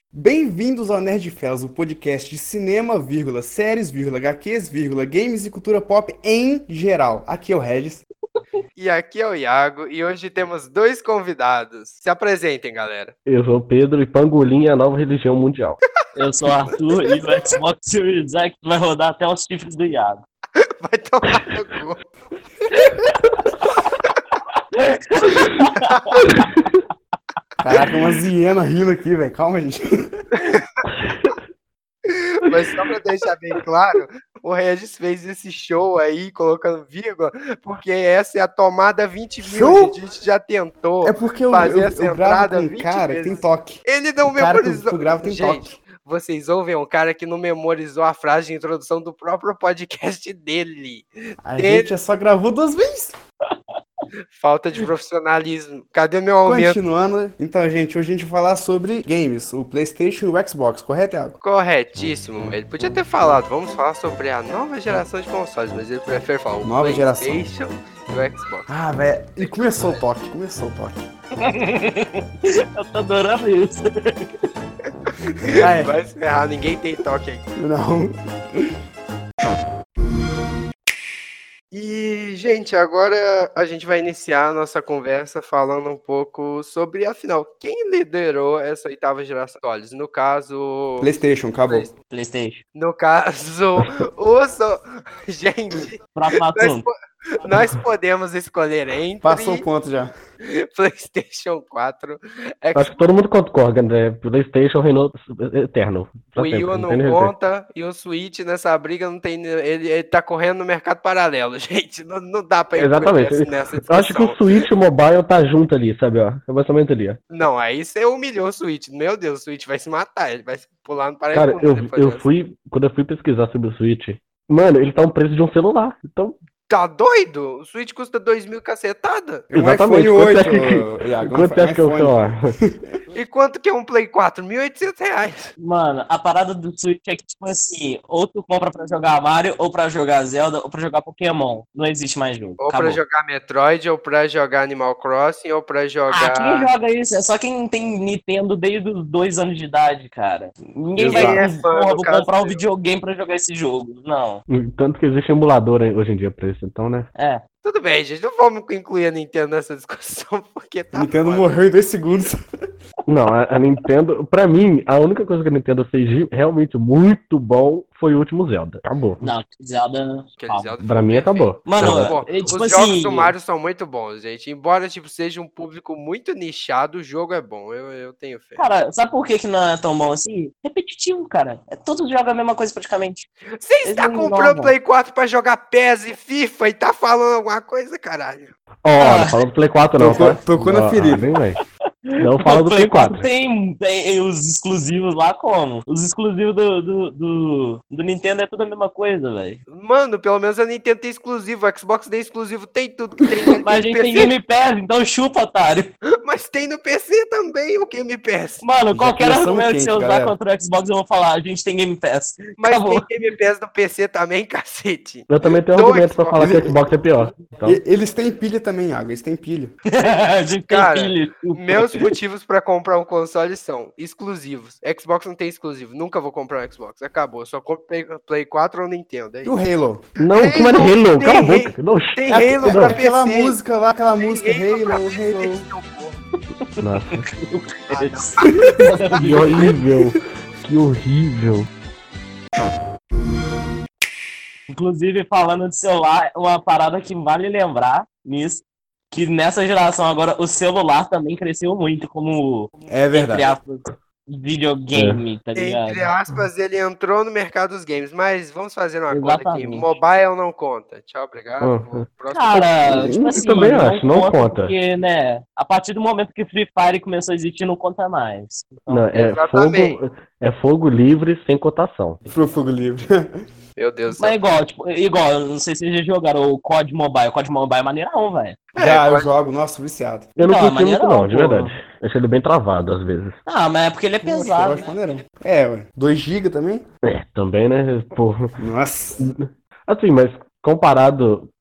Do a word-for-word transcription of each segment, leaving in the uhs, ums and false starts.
Bem-vindos ao Nerdfellas, o podcast de cinema, vírgula, séries, vírgula, agá quês, vírgula, games e cultura pop em geral. Aqui é o Regis. E aqui é o Iago, e hoje temos dois convidados. Se apresentem, galera. Eu sou o Pedro e Pangolim é a nova religião mundial. Eu sou o Arthur e o Xbox Series X vai rodar até os chifres do Iago. Vai tomar no cu. Caraca, uma hiena rindo aqui, velho. Calma, gente. Mas só pra deixar bem claro, o Regis fez esse show aí, colocando vírgula, porque essa é a tomada vinte mil. Show? A gente já tentou É porque eu, fazer eu, essa eu gravo entrada com um vinte cara que vezes. tem toque. Ele não O cara que eu- memorizou. que eu gravo tem Gente, toque. vocês ouvem um cara que não memorizou a frase de introdução do próprio podcast dele. A Dele. gente só gravou duas vezes. Falta de profissionalismo. Cadê meu aumento? Continuando. Então, gente, hoje a gente vai falar sobre games, o PlayStation e o Xbox, correto, Iago? Corretíssimo. Ele podia ter falado, vamos falar sobre a nova geração de consoles, mas ele prefere falar o Nova geração. PlayStation e o Xbox. Ah, velho. E começou o toque, começou o toque. Eu tô adorando isso. Ah, é. Vai se ferrar, ninguém tem toque aqui. Não. E, gente, agora a gente vai iniciar a nossa conversa falando um pouco sobre, afinal, quem liderou essa oitava geração de consoles? No caso... PlayStation, acabou. PlayStation. No caso, o... so- Gente, Próximo nós, assunto. po- nós podemos escolher entre Passou o ponto já. PlayStation quatro, Acho que todo mundo concorda, né? PlayStation reinou eterno. pra O Wii sempre, U não não tem nem jeito. conta e o Switch nessa briga não tem. Ele, ele tá correndo no mercado paralelo, gente. Não, não dá pra incluir Exatamente. essa- nessa Eu acho que discussão. o Switch e o Mobile tá junto ali, sabe? Ó, é basicamente ali, ó. Não, aí você humilhou o Switch. Meu Deus, o Switch vai se matar. Ele vai pular no Cara, parafuso eu, depois eu dessa. fui. Quando eu fui pesquisar sobre o Switch, mano, ele tá um preço de um celular. Então, Tá doido? O Switch custa dois mil cacetada? Um exatamente. iPhone Quanto oito, é que- Iago, um Quanto é que é o iPhone. celular? E quanto que é um Play quatro? mil e oitocentos reais. Mano, a parada do Switch é que, tipo assim, ou tu compra pra jogar Mario, ou pra jogar Zelda, ou pra jogar Pokémon. Não existe mais jogo. Ou Acabou. pra jogar Metroid, ou pra jogar Animal Crossing, ou pra Ah, jogar. quem joga isso? É só quem tem Nintendo desde os dois anos de idade, cara. Ninguém Exato. vai É fã, porra, no vou caso comprar um eu. videogame pra jogar esse jogo. Não. Tanto que existe emulador aí hoje em dia pra isso, então, né? É. Tudo bem, gente. Não vamos incluir a Nintendo nessa discussão, porque tá. Nintendo foda. morreu em dois segundos. Não, a, a Nintendo, pra mim, a única coisa que a Nintendo fez de realmente muito bom foi o último Zelda. Acabou. Não, Zelda. Aquele calma. Zelda Pra foi mim perfeito. acabou. Mano, Muito bom. é, tipo Os jogos assim- do Mario são muito bons, gente. Embora tipo, seja um público muito nichado, o jogo é bom. Eu, eu tenho fé. Cara, sabe por que, que não é tão bom assim? Repetitivo, cara. É, todos jogam a mesma coisa praticamente. Você eles está não comprando inovam. Play quatro pra jogar P E S e FIFA e tá falando alguma coisa, caralho? Ó, Ah. não fala do Play quatro não, Tocou- tá? tocou na Ó, ferida. ah, nem vai. Não fala do Play quatro. Tem, tem os exclusivos lá como? Os exclusivos do, do, do, do Nintendo é tudo a mesma coisa, velho. Mano, pelo menos a Nintendo tem exclusivo, o Xbox tem exclusivo, tem tudo que tem, Mas a tem gente no tem P C, Game Pass, então chupa, otário. mas tem no P C também o Game Pass. Mano, Já qualquer começamos argumento que quente, você usar galera. contra o Xbox, eu vou falar, a gente tem Game Pass. Mas Acabou. tem Game Pass no P C também, cacete. Eu também tenho Do argumentos pra Xbox. falar que o Xbox é pior. Então, E- Eles têm pilha também, Iago. Eles têm pilha. a gente tem Cara, filho. Meus motivos pra comprar um console são exclusivos. Xbox não tem exclusivo. Nunca vou comprar um Xbox. Acabou. Só compro Play, Play quatro ou Nintendo. É E o isso. Halo? não, que mais Halo, Halo, tem cala a Halo. boca. Não, Tem É, Halo é, pra aquela P C. música lá, aquela Tem música, Halo pra Halo, P C, Halo. seu porra. nossa, que horrível. Que horrível. Inclusive, falando de celular, uma parada que vale lembrar nisso, que nessa geração agora o celular também cresceu muito como, É verdade. entre aspas, videogame, tá ligado? Entre aspas, ele entrou no mercado dos games. Mas vamos fazer uma conta aqui. Exatamente. Mobile não conta. Tchau, obrigado. Uhum. Vou- próximo. Cara, Eu tipo assim, também acho, não conta. Porque, né, a partir do momento que Free Fire começou a existir, não conta mais. Então, Não, é Exatamente. fogo, é fogo livre sem cotação. Pro fogo livre. Meu Deus do Mas céu. igual, tipo, igual, não sei se vocês já jogaram o C O D Mobile. O C O D Mobile é maneirão, velho. Já, eu pode- jogo. Nossa, viciado. Eu não Não, curti maneirão, muito não, de pô. verdade. Achei ele bem travado às vezes. Ah, mas é porque ele é Poxa, eu pesado, acho né? maneirão. É, ué. dois gigas também? É, também, né? Pô. Nossa. Assim, mas comparado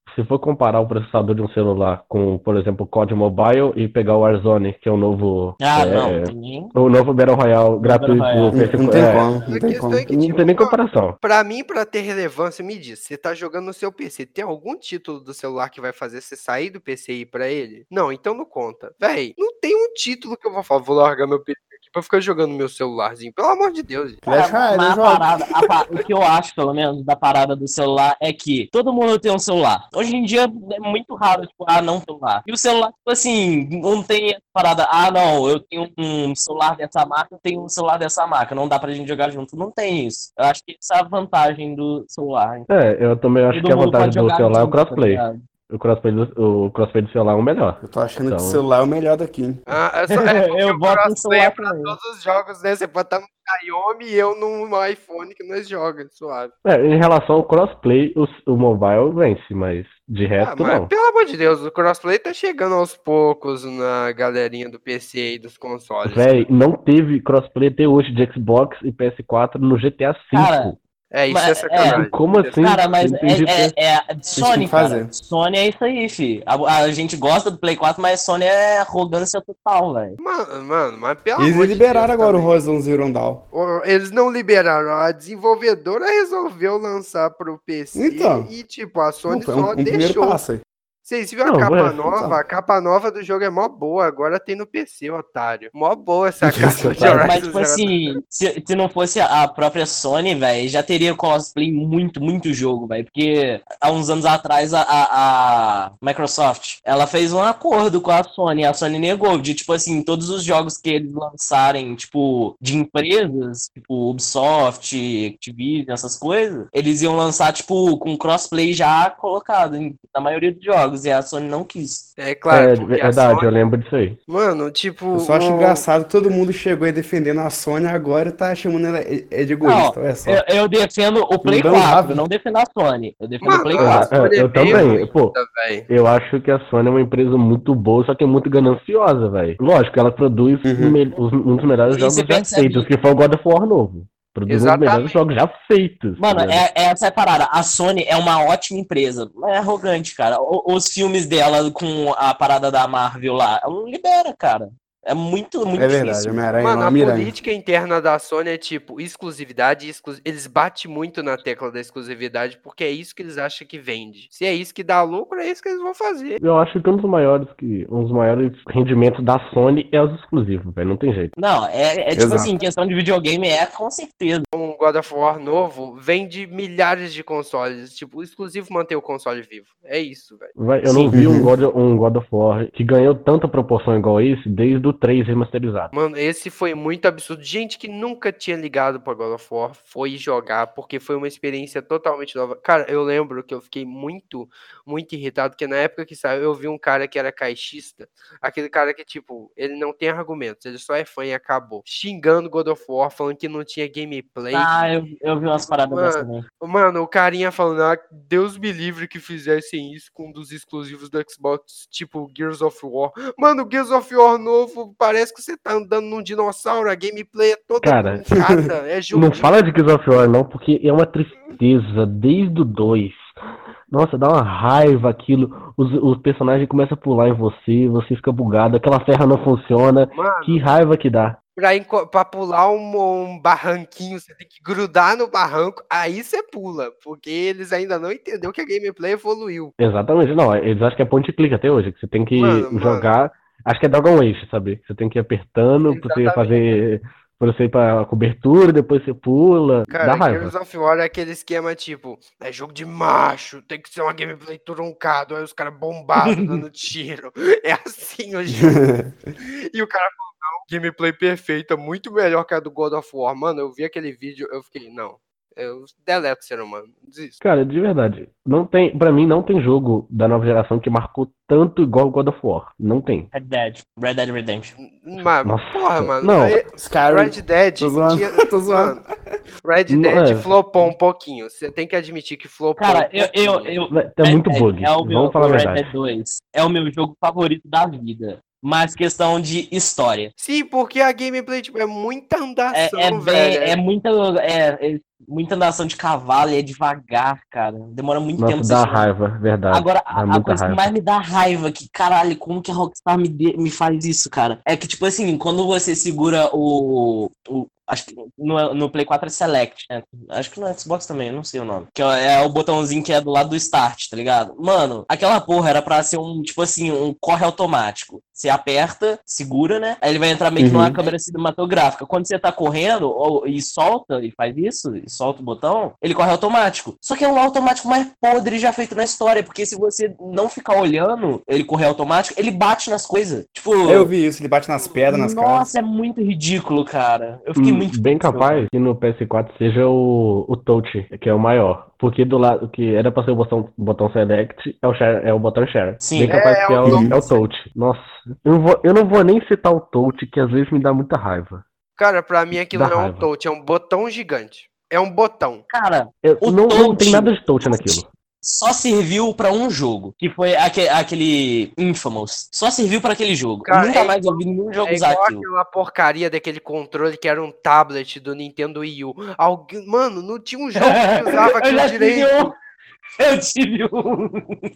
se for comparar o processador de um celular com, por exemplo, o C O D Mobile e pegar o Warzone, que é o novo. Ah, é, não, tem nem. O novo Battle Royale gratuito Royale. do P C Não, não tem é, como, não A tem questão como. é que, Não tipo, tem nem mano, comparação. pra mim, pra ter relevância, me diz, você tá jogando no seu P C, tem algum título do celular que vai fazer você sair do P C e ir pra ele? Não, então não conta. Véi, não tem um título que eu vou falar, vou largar meu P C aqui pra ficar jogando no meu celularzinho, pelo amor de Deus. gente. Clash Cara, Royale, mas eu a jogo. parada, a pa- o que eu acho, pelo menos, da parada do celular é que todo mundo tem um celular. Hoje em dia é muito raro, tipo, ah, não celular. E o celular, tipo assim, não tem essa parada, ah, não, eu tenho um celular dessa marca, eu tenho um celular dessa marca, não dá pra gente jogar junto. Não tem isso. Eu acho que essa é a vantagem do celular. É, eu também acho Todo que a mundo vantagem pode do jogar celular é o junto, tá crossplay. ligado? O crossplay do, o crossplay do celular é o melhor. Eu tô achando que Então- o celular é o melhor daqui. hein? Ah, é só, é porque Eu o boto no crossplay é celular pra também. todos os jogos, né? Você pode estar no Xiaomi e eu no iPhone que nós jogamos, suave. É, em relação ao crossplay, o, o mobile vence, mas de Ah, resto mas não. pelo amor de Deus, o crossplay tá chegando aos poucos na galerinha do P C e dos consoles. Véi, não teve crossplay até hoje de Xbox e P S quatro no G T A Cara, cinco. É, isso Mas, é sacanagem. Como Isso é assim? Cara, mas Não entendi é, é, é tem Sony, que cara. fazer. Sony é isso aí, fi. A, a gente gosta do Play quatro, mas Sony é arrogância total, velho. Mano, mano, mas pelo Eles amor de liberaram Deus agora o também. Horizon Zero Dawn. O- Eles não liberaram, a desenvolvedora resolveu lançar pro P C Então. e, tipo, a Sony Não, foi um, só um primeiro deixou. passo aí. Vocês viram a Não, capa ué, nova? então. A capa nova do jogo é mó boa, agora tem no P C, otário. Mó boa essa Esse capa de otário. Horizon Mas, tipo Zero Dawn. assim, se, se não fosse a própria Sony, velho, já teria cosplay muito, muito jogo, velho. Porque há uns anos atrás a, a, a Microsoft, ela fez um acordo com a Sony, a Sony negou, de, tipo assim, todos os jogos que eles lançarem, tipo, de empresas, tipo Ubisoft, Activision, essas coisas, eles iam lançar, tipo, com crossplay já colocado em, na maioria dos jogos, e a Sony não quis. É claro, É porque a verdade, eu Sony... lembro disso aí. Mano, tipo... Eu só acho o- engraçado que todo mundo chegou aí defendendo a Sony agora tá chamando ela é é de egoísta. Olha só. Eu, eu defendo o Play dá um quatro, rabo. não defendo a Sony. Eu defendo Mano, o Play a quatro. É, Sony é eu bem também, egoísta, pô. velho. Eu acho que a Sony é uma empresa muito boa, só que é muito gananciosa, velho. Lógico, ela produz Uhum. me- os- um dos melhores E jogos você já percebe- feitos, que foi o God of War novo. Produz um dos Exatamente. melhores jogos já feitos. tá Mano, ligado? é, é essa é a parada. A Sony é uma ótima empresa. Mas é arrogante, cara. O- os filmes dela com a parada da Marvel lá, ela não libera, cara. É muito, muito É verdade, difícil. Homem-Aranha é Mano, uma a miranha. política interna da Sony é tipo exclusividade, e exclu- eles batem muito na tecla da exclusividade porque é isso que eles acham que vende. Se é isso que dá lucro, é isso que eles vão fazer. Eu acho que um dos maiores que um dos maiores rendimentos da Sony é os exclusivos, velho. Não tem jeito. Não, é, é tipo Exato. assim, questão de videogame é com certeza. Um God of War novo vende milhares de consoles. Tipo, o exclusivo manter o console vivo. É isso, velho. Vai, eu Sim. não vi um Uhum. God, um God of War que ganhou tanta proporção igual esse desde o três remasterizado. Mano, esse foi muito absurdo. Gente que nunca tinha ligado pra God of War foi jogar, porque foi uma experiência totalmente nova. Cara, eu lembro que eu fiquei muito, muito irritado, porque na época que saiu eu vi um cara que era caixista, aquele cara que, tipo, ele não tem argumentos, ele só é fã e acabou. Xingando God of War, falando que não tinha gameplay. Ah, eu, eu vi umas paradas Mano, dessas também. Mano, o carinha falando, ah, Deus me livre que fizessem isso com um dos exclusivos do Xbox, tipo Gears of War. Mano, Gears of War novo, parece que você tá andando num dinossauro, a gameplay é toda Cara, truncada, é jogo Não de... fala de Gears of War não, porque é uma tristeza desde o dois. Nossa, dá uma raiva aquilo. Os, os personagens começam a pular em você, você fica bugado, aquela ferra não funciona. Mano, Que raiva que dá. pra, enco- pra pular um, um barranquinho, você tem que grudar no barranco, aí você pula, porque eles ainda não entenderam que a gameplay evoluiu. Exatamente, não, eles acham que é point and click até hoje, que você tem que Mano, jogar. Acho que é Dragon Age, sabe? Você tem que ir apertando pra você Exatamente. fazer. Pra você ir pra cobertura, depois você pula. Cara, dá raiva. Gears of War é aquele esquema tipo, é jogo de macho, tem que ser uma gameplay truncado, aí os caras bombados dando tiro. É assim o jogo. E o cara falou, não, gameplay perfeita, muito melhor que a do God of War. Mano, eu vi aquele vídeo, eu fiquei, não, eu deleto o ser humano, desisto. Cara, de verdade, não tem, pra mim não tem jogo da nova geração que marcou tanto igual o God of War. Não tem. Red Dead. Red Dead Redemption. Mas, Nossa, porra, mano, não. aí- Skyrim. Red Dead, Tô zoando, tinha- tô zoando. mano, Red Não, Dead é. flopou um pouquinho, você tem que admitir que flopou Cara, um eu, eu, pouquinho. eu, É muito Red Dead bug. É o meu, Vamos falar a o Red verdade. Dead dois é o meu jogo favorito da vida. mas questão de história. Sim, porque a gameplay, tipo, é muita andação, É, é bem, velho. é muita, é, é muita andação de cavalo, e é devagar, cara. Demora muito tempo Nossa, pra você dá chegar. raiva, verdade. Agora, Dá a, a muita coisa que raiva. mais me dá raiva, que caralho, como que a Rockstar me, de- me faz isso, cara? É que, tipo assim, quando você segura o. o acho que no, no Play quatro é Select, né? Acho que no Xbox também, eu não sei o nome. Que é, é o botãozinho que é do lado do Start, tá ligado? Mano, aquela porra era pra ser um, tipo assim, um corre automático. Você aperta, segura, né? Aí ele vai entrar meio que numa Uhum. câmera cinematográfica. Quando você tá correndo ou, e solta, e faz isso, e solta o botão, ele corre automático. Só que é um automático mais podre já feito na história, porque se você não ficar olhando ele correr automático, ele bate nas coisas. Tipo, É, eu vi isso, ele bate nas pedras, nas casas. nossa, é muito ridículo, cara. Eu fiquei Hum, muito Bem puto, capaz que no P S quatro seja o, o Touch, que é o maior. Porque do lado que era pra ser o botão, botão Select, é o, share, é o botão Share. Sim. Bem capaz É, que é é o o, Touch. é o Touch. Nossa, eu não, vou, eu não vou nem citar o Touch, que às vezes me dá muita raiva. Cara, pra mim aquilo Dá não é um raiva. touch, é um botão gigante. É um botão. Cara, Eu- o não, não tem touch- nada de Touch naquilo. só serviu pra um jogo, que foi aque- aquele Infamous. Só serviu pra aquele jogo. Cara, Nunca é mais eu vi nenhum jogo É usar igual aquilo. aquela porcaria daquele controle que era um tablet do Nintendo Wii U. Alguém, mano, não tinha um jogo que usava Eu aquilo já tive direito. um. Eu tive um.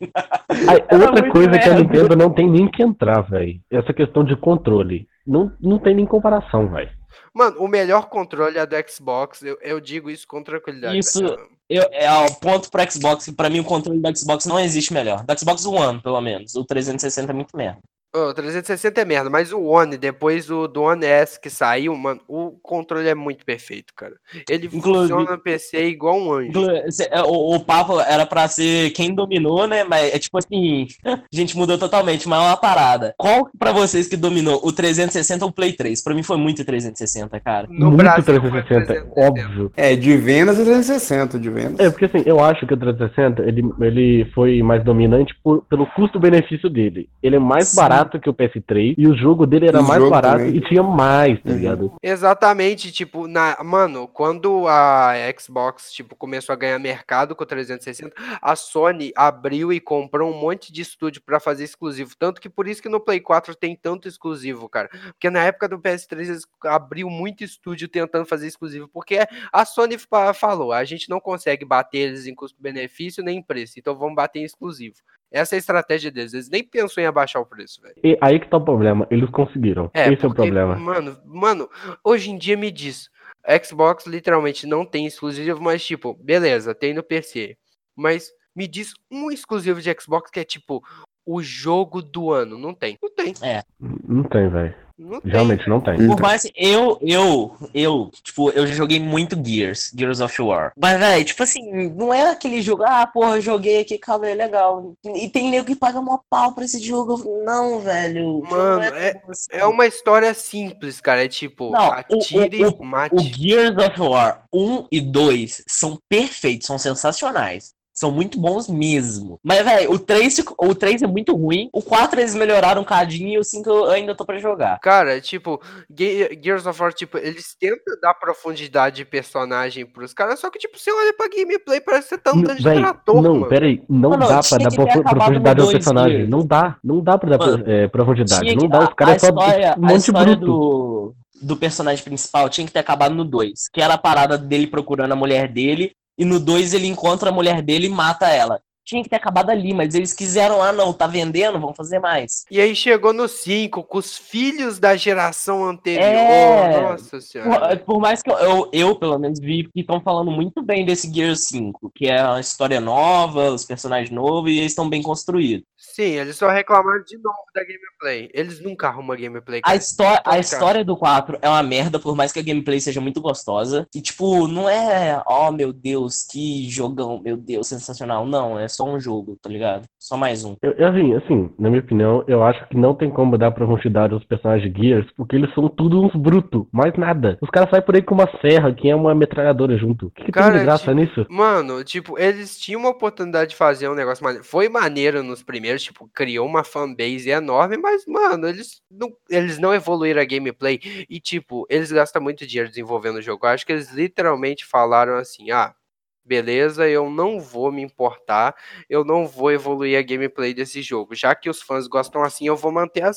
Aí, Era outra muito coisa que a merda. Nintendo não tem nem que entrar, velho. Essa questão de controle. Não, não tem nem comparação, velho. Mano, o melhor controle é do Xbox. Eu, eu digo isso com tranquilidade. Isso velho. eu, é o ponto pro Xbox. Pra mim, o controle do Xbox não existe melhor. Do Xbox One, pelo menos. O trezentos e sessenta é muito merda. Ô, o trezentos e sessenta é merda, mas o One, depois do, do One S que saiu, mano, o controle é muito perfeito, cara. Ele Inclusive- funciona no P C igual um anjo. Inclu- cê- é, O, o papo era pra ser quem dominou, né? Mas é tipo assim, a gente mudou totalmente, mas é uma parada. Qual pra vocês que dominou, o trezentos e sessenta ou o Play três? Pra mim foi muito trezentos e sessenta, cara. No Muito Brasil trezentos foi e sessenta, trezentos e sessenta. óbvio. É, de vendas é trezentos e sessenta, de vendas. É, porque assim, eu acho que o trezentos e sessenta ele, ele foi mais dominante por- pelo custo-benefício dele. Ele é mais Sim. barato que o P S três e o jogo dele era E o mais jogo barato também. e tinha mais, tá Uhum. ligado? Exatamente, tipo, na, mano, quando a Xbox, tipo, começou a ganhar mercado com o trezentos e sessenta, a Sony abriu e comprou um monte de estúdio pra fazer exclusivo, tanto que por isso que no Play quatro tem tanto exclusivo, cara, porque na época do P S três eles abriu muito estúdio tentando fazer exclusivo, porque a Sony fa- falou, a gente não consegue bater eles em custo-benefício nem em preço, então vamos bater em exclusivo. Essa é a estratégia deles, eles nem pensam em abaixar o preço, velho. E aí que tá o problema, eles conseguiram. É, Esse é o porque, problema. mano, mano, hoje em dia me diz, Xbox literalmente não tem exclusivo, mas tipo, beleza, tem no P C. Mas me diz um exclusivo de Xbox que é tipo o jogo do ano. Não tem. Não tem. Não tem, velho. Não tem. Realmente não tem. Por Então. mais que eu, eu, eu, tipo, eu já joguei muito Gears, Gears of War. Mas, velho, tipo assim, não é aquele jogo, ah, porra, eu joguei aqui, calma, é legal. E tem nego que paga mó pau pra esse jogo. Não, velho. o jogo não Mano, é, tão assim. é uma história simples, cara. É tipo, Não, o- atire, o- mate. O Gears of War um e dois são perfeitos, são sensacionais. São muito bons mesmo. Mas, velho, o três, fico- o três é muito ruim. O quatro eles melhoraram um cadinho e o cinco eu ainda tô pra jogar. Cara, tipo, Ge- Gears of War, tipo, eles tentam dar profundidade de personagem pros caras, só que, tipo, você olha pra gameplay, parece que você tá andando de Véi, trator, não, mano. peraí, não Mano, dá pra tinha dar que ter profu- acabado profundidade no ao dois, personagem. Gears. Não dá, não dá pra dar Mano, é, profundidade. Tinha Não que- dá, os a, caras a é só história, um a monte história bruto. do, do personagem principal tinha que ter acabado no dois, que era a parada dele procurando a mulher dele, e no dois ele encontra a mulher dele e mata ela. Tinha que ter acabado ali, mas eles quiseram, ah não, tá vendendo, vamos fazer mais. E aí chegou no cinco, com os filhos da geração anterior. É. Nossa senhora. Por, velho. por mais que eu, eu, eu, pelo menos, vi que estão falando muito bem desse Gears cinco, que é uma história nova, os personagens novos, e eles estão bem construídos. Sim, eles só reclamaram de novo da gameplay. Eles nunca arrumam gameplay, A, cara. histó a Todos história do quatro é uma merda, por mais que a gameplay seja muito gostosa. E, tipo, não é, ó, meu Deus, que jogão, meu Deus, sensacional. Não, é só um jogo, tá ligado? Só mais um. Eu, eu, assim, assim, na minha opinião, eu acho que não tem como dar profundidade aos personagens de Gears, porque eles são tudo uns brutos, mais nada. Os caras saem por aí com uma serra, que é uma metralhadora junto. O que, que tem Cara, de graça tipo, nisso? Mano, tipo, eles tinham uma oportunidade de fazer um negócio maneiro. Foi maneiro nos primeiros, tipo, criou uma fanbase enorme, mas, mano, eles não, eles não evoluíram a gameplay. E, tipo, eles gastam muito dinheiro desenvolvendo o jogo. Eu acho que eles literalmente falaram assim, ah, beleza, eu não vou me importar, eu não vou evoluir a gameplay desse jogo. Já que os fãs gostam assim, eu vou manter assim.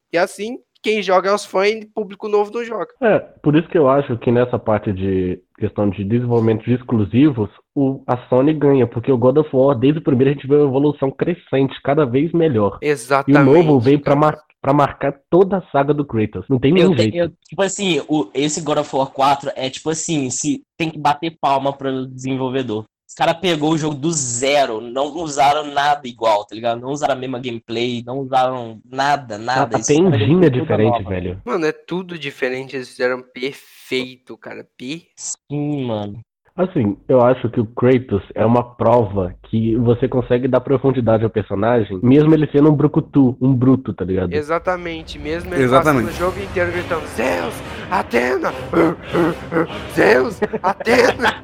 E assim, quem joga é os fãs e público novo não joga. É, por isso que eu acho que nessa parte de questão de desenvolvimento de exclusivos, o, a Sony ganha, porque o God of War, desde o primeiro, a gente vê uma evolução crescente, cada vez melhor. E o Exatamente. novo veio pra, cara. mar, pra marcar toda a saga do Kratos. Não tem Eu, nenhum te- jeito. eu, tipo assim, o, esse God of War quatro é tipo assim, se tem que bater palma pro desenvolvedor. Os caras pegou o jogo do zero, não usaram nada igual, tá ligado? Não usaram a mesma gameplay, não usaram nada, nada. A, Esse até cara engine é fez tudo diferente, nova. velho. Mano, é tudo diferente. Eles fizeram perfeito, cara. Perfeito. Sim, mano. Assim, eu acho que o Kratos é uma prova que você consegue dar profundidade ao personagem, mesmo ele sendo um brucutu, um bruto, tá ligado? Exatamente. Mesmo ele Exatamente. passando o jogo inteiro gritando: Zeus, Atena! Zeus, Atena!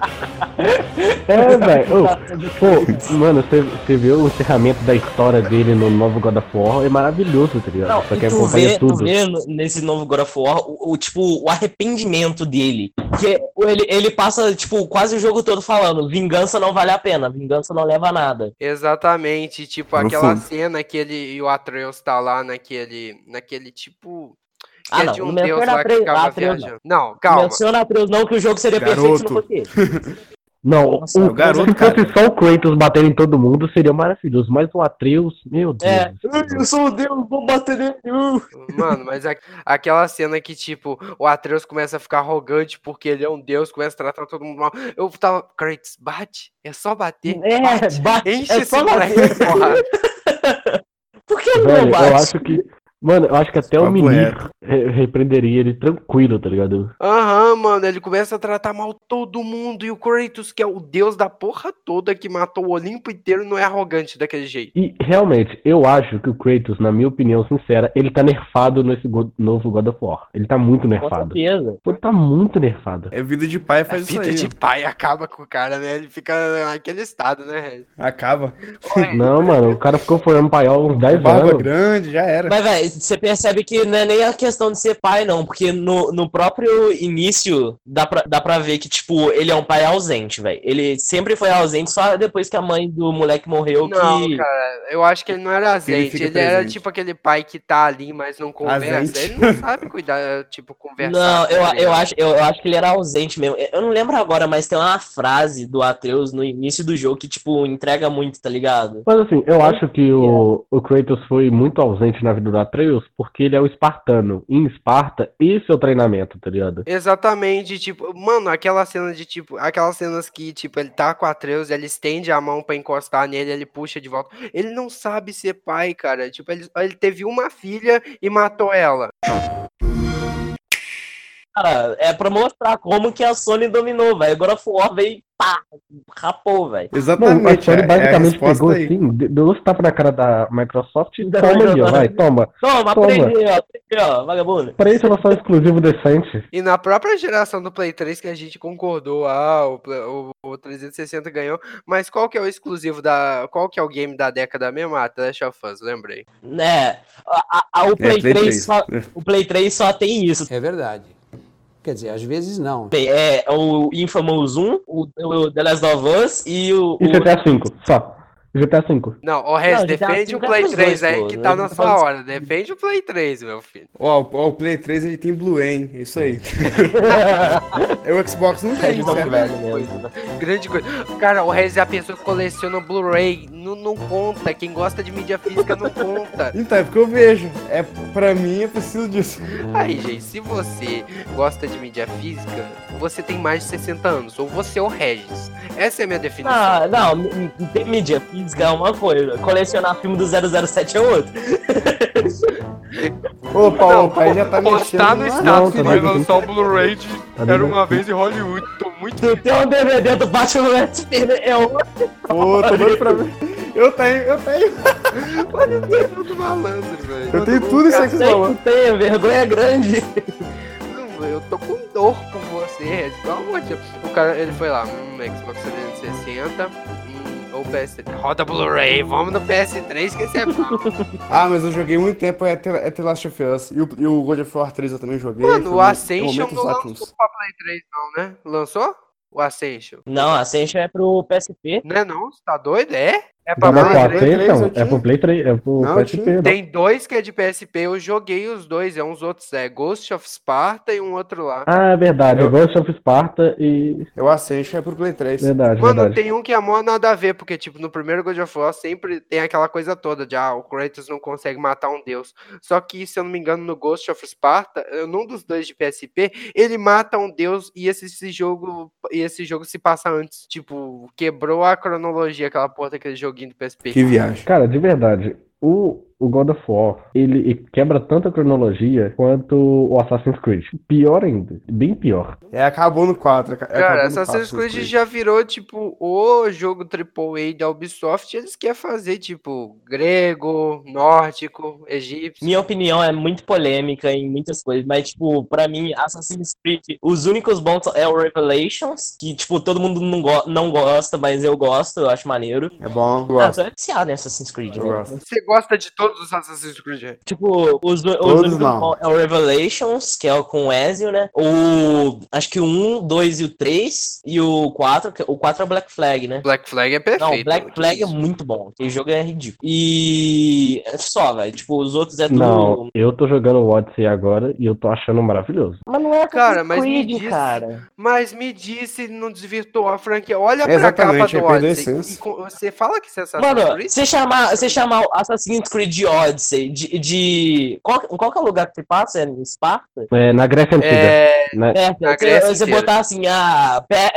É, velho. Ô, pô, mano, você, você vê o encerramento da história dele no novo God of War, é maravilhoso, tá ligado? Não, Pra e quem tu acompanha vê, tu tudo. vê no- nesse novo God of War o, o, tipo, o arrependimento dele. Que ele, ele passa, tipo, quase o jogo todo falando: vingança não vale a pena, vingança não leva a nada. Exatamente. Tipo, Profundo. aquela cena que ele e o Atreus tá lá naquele. Naquele tipo. Que Ah, é não, de não um menciona deus lá que Atreus- ficava Atreus, viajando. Não, Não calma. menciona Atreus não, que o jogo seria perfeito se não Garoto. fosse ele. Não, Nossa, o, o garoto, se fosse cara. só o Kratos batendo em todo mundo, seria maravilhoso. Mas o Atreus, meu Deus. É, do céu. eu sou o Deus, vou bater nele. uh. Mano, mas a- aquela cena que, tipo, o Atreus começa a ficar arrogante porque ele é um deus, começa a tratar todo mundo mal. Eu tava, Kratos, bate, é só bater, É, bate, bate, enche é esse só moleque bater. de porrada. Por que não Velho, bate? eu acho que. Mano, eu acho que até o Papo Mimir reto. re- repreenderia ele tranquilo, tá ligado? Aham, mano, ele começa a tratar mal todo mundo e o Kratos, que é o deus da porra toda que matou o Olimpo inteiro, não é arrogante daquele jeito. E realmente, eu acho que o Kratos, na minha opinião sincera, ele tá nerfado nesse go- novo God of War. Ele tá muito Com nerfado. certeza. Ele tá muito nerfado. É vida de pai A faz isso vida aí. de ó. pai acaba com o cara, né? Ele fica naquele estado, né, Regis? Acaba. Não, mano, o cara ficou formando paiol uns dez Barba anos. grande, já era. Mas, velho, você percebe que não é nem a questão de ser pai, não. Porque no, no próprio início, dá pra, dá pra ver que, tipo, ele é um pai ausente, velho. Ele sempre foi ausente, só depois que a mãe do moleque morreu Não, que... cara, eu acho que ele não era ausente. fica Ele era presente. tipo aquele pai que tá ali, mas não conversa. Ausente. Ele não sabe cuidar, tipo, conversar. Não, com eu, a eu, criança. acho, eu, eu acho que ele era ausente mesmo. Eu não lembro agora, mas tem uma frase do Atreus no início do jogo que, tipo, entrega muito, tá ligado? Mas assim, eu acho que o, o Kratos foi muito ausente na vida do Atreus porque ele é o espartano. E em Esparta, esse é o treinamento, tá ligado? Exatamente, tipo, mano, aquela cena de tipo, aquelas cenas que, tipo, ele tá com a Atreus, ele estende a mão pra encostar nele, ele puxa de volta. Ele não sabe ser pai, cara. Tipo, ele, ele teve uma filha e matou ela. Cara, é pra mostrar como que a Sony dominou, velho. Agora o War veio e pá, rapou, velho. Não, a Exatamente. Sony é, é a basicamente resposta pegou aí. assim, de- deu os tapas na cara da Microsoft e Da toma ali, ó, Microsoft. vai, toma. Toma, Toma. aprende, ó, aprende, ó, vagabundo. Pra isso ela só exclusivo decente. E na própria geração do Play três que a gente concordou, ah, o, Play- o, o trezentos e sessenta ganhou, mas qual que é o exclusivo da, qual que é o game da década mesmo? Ah, The Last of Us, lembrei. Né, a, a- a- o, Play Play três três. Só, o Play três só tem isso. É verdade. Quer dizer, às vezes não. É o Infamous um, o, o The Last of Us e o... E o- G T A V, só. G T A V. Não, ô Rez, Não, G T A defende o cinco é Play pros três dois, aí pô, que né? tá Não na tô sua falando- hora. Defende o Play três, meu filho. Ó, o- ó, o Play três ele tem Blu-ray, é isso aí. o Xbox não tem, Não, certo? velho mesmo. Grande coisa. Cara, o Rez é a pessoa que coleciona Blu-ray. Não, não conta. Quem gosta de mídia física não conta. Então, é porque eu vejo. É, pra mim, eu preciso disso. Aí, gente, se você gosta de mídia física, você tem mais de sessenta anos. Ou você é o Regis. Essa é a minha definição. Ah, não, m- m- ter mídia física é uma coisa, colecionar filme do zero zero sete é outra. Opa, Não, opa, aí já tá postar mexendo. no lá. Não, status tá que vai bem. lançar o Blu-ray de Tá Era bem. Uma Vez em Hollywood. Tô muito Tu tem um D V D do Batman vs Superman é outra. Pô, tô doido pra ver. Eu tenho, eu tenho. muito malandro, velho. Eu tenho tudo isso aí que você falou. Tem, tem, vergonha é grande. Não, eu tô com dor por você, Regis. Pelo amor de Deus. O cara, ele foi lá, hum, Xbox trezentos e sessenta, hum, ou P S três. Roda Blu-ray, vamos no P S três que esse é bom. Ah, mas eu joguei muito tempo é The, é The Last of Us. E o, e o God of War três eu também joguei. Mano, foi o um- Ascension momentos não ótimos. lançou pra Play três não, né? Lançou? O Ascension. Não, a Ascension é pro P S P. Não é não? Você tá doido? É? É pra God of Play War três, seis, não. eu É tinha. pro Play três, é pro Não, P S P. tinha. Não. Tem dois que é de P S P, eu joguei os dois, é uns outros, é Ghost of Sparta e um outro lá. Ah, é verdade. Eu- Eu Ghost of Sparta e. Eu Ascension é pro Play três. Verdade, Mano, verdade. tem um que é mó nada a ver, porque, tipo, no primeiro God of War sempre tem aquela coisa toda de, ah, o Kratos não consegue matar um deus. Só que, se eu não me engano, no Ghost of Sparta, eh, num dos dois de P S P, ele mata um deus e esse, esse jogo e esse jogo se passa antes. Tipo, quebrou a cronologia, aquela porra daquele joguinho do P S P. Que viagem. Cara, de verdade, o, o God of War, ele quebra tanto a cronologia quanto o Assassin's Creed. Pior ainda, bem pior. É, acabou no quatro. é, Cara, acabou no Assassin's quatro, Creed já virou, tipo, o jogo triplo A da Ubisoft. Eles querem fazer, tipo, grego, nórdico, egípcio. Minha opinião é muito polêmica em muitas coisas, mas, tipo, pra mim, Assassin's Creed, os únicos bons é o Revelations, que, tipo, todo mundo não, go não gosta, mas eu gosto, eu acho maneiro. É bom, eu Ah, gosto. tu é viciado em Assassin's Creed, Eu né? gosto. Você gosta de todos os Assassin's Creed? Tipo, os, os Todos únicos não. bons é o Revelations, que é o com o Ezio, né? O, acho que o um, dois e o três, e o quatro, que- o quatro é o Black Flag, né? Black Flag é perfeito. Não, Black que Flag é isso. muito bom. Aquele jogo é ridículo. E é só, velho. Tipo, os outros é tudo. Não, eu tô jogando o Odyssey agora e eu tô achando maravilhoso. Mas não é Cara, Assassin's mas me Creed, diz- cara. Mas me disse, não desvirtuou a franquia. Olha pra Exatamente, capa do é perder a Odyssey. essência. E com- você fala que você é Assassin's Mano, Creed? você chamar, você chamar o Assassin's Creed Odyssey de. de... Qual, qual que é o lugar que você passa? É em Esparta? É, na Grécia Antiga. É, Né? É, Na você, Grécia você inteira. botar assim, ah, Pe-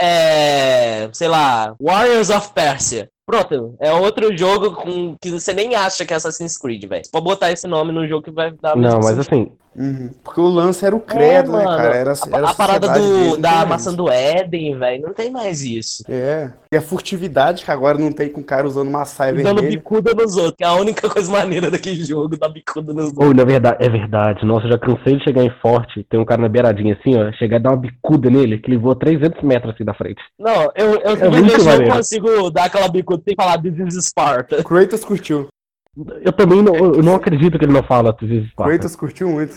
é, sei lá, Warriors of Persia. Pronto, é outro jogo com, que você nem acha que é Assassin's Creed, velho. Você pode botar esse nome no jogo que vai dar o Não, mesmo mas sentido. assim, Uhum. Porque o lance era o credo, né, É, mano, cara? Era, a, era a parada sociedade do, deles, não da tem mais maçã isso. do Éden, velho, não tem mais isso. É. E a furtividade que agora não tem com o cara usando uma saia Dando vermelha. bicuda nos outros, que é a única coisa maneira daquele jogo, dar bicuda nos outros. ou na verdade, é verdade. Nossa, eu já cansei de chegar em Forte, tem um cara na beiradinha assim, ó, chegar e dar uma bicuda nele, que ele voa trezentos metros assim da frente. Não, eu, eu É muito simplesmente não maneiro. consigo dar aquela bicuda sem falar This is Sparta. Kratos curtiu. Eu também não, eu não acredito que ele não fala às vezes. Kratos curtiu muito.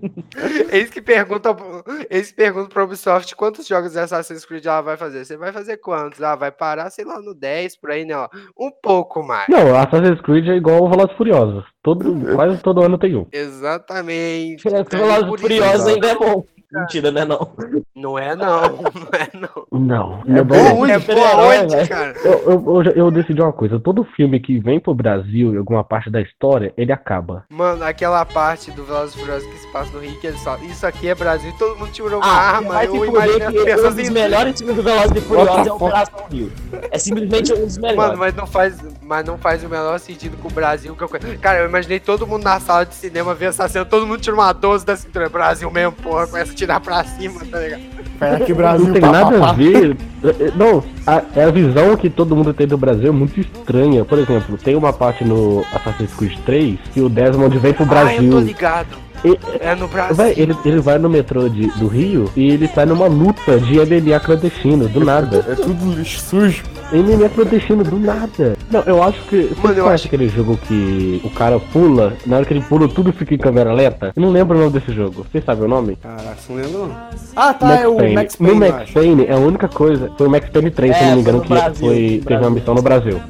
eis que pergunta, eles perguntam pra Ubisoft quantos jogos de Assassin's Creed ela vai fazer. Você vai fazer quantos? Ah, vai parar, sei lá, no dez, por aí, né? ó. Um pouco mais. Não, Assassin's Creed é igual o Velozes e Furiosos. Todo, quase todo ano tem um. Exatamente. Velozes Por isso- Furiosos exato. ainda é bom. Mentira, né, não? Não é não, não é não. Não, É é bom bom. onde? É super-herói, boa onde, velho. cara? Eu, eu, eu, já- eu decidi uma coisa, todo filme que vem pro Brasil, em alguma parte da história, ele acaba. Mano, aquela parte do Velozes e Furiosos que se passa no Rio, que eles falam, isso aqui é Brasil, e todo mundo tirou uma Ah, arma, vai se eu fuder imaginei que as um pessoas dos indo. melhores filmes do Velozes e Furiosos What the é Operação Rio. É simplesmente um dos melhores. Mano, mas não faz, mas não faz o menor sentido com o Brasil. Que eu... conheço. Cara, eu imaginei todo mundo na sala de cinema ver essa cena, todo mundo tira uma doze da cintura. Brasil mesmo, porra, começa a tirar pra cima, tá ligado? Pera que Brasil. Não tem pá, nada pá, a pá. ver. É, Não, a, é a visão que todo mundo tem do Brasil é muito estranha. Por exemplo, tem uma parte no Assassin's Creed três que o Desmond vem pro Ah, eu tô Brasil. ligado. E- É no Brasil. Vai, ele, ele vai no metrô de, do Rio e ele sai numa luta de M M A clandestino, do nada. É tudo lixo sujo. M M A clandestino, do nada. Não, eu acho que. Você Mano, eu conhece acho- aquele jogo que o cara pula, na hora que ele pula tudo fica em câmera lenta? Eu não lembro o nome desse jogo. Vocês sabem o nome? Caraca, você não lembra não? Ah, tá, é o Max Payne, No eu Max acho. Payne, é a única coisa. Foi o Max Payne três, se É, eu não me engano, foi que no Brasil, foi, no teve uma Brasil. missão no Brasil.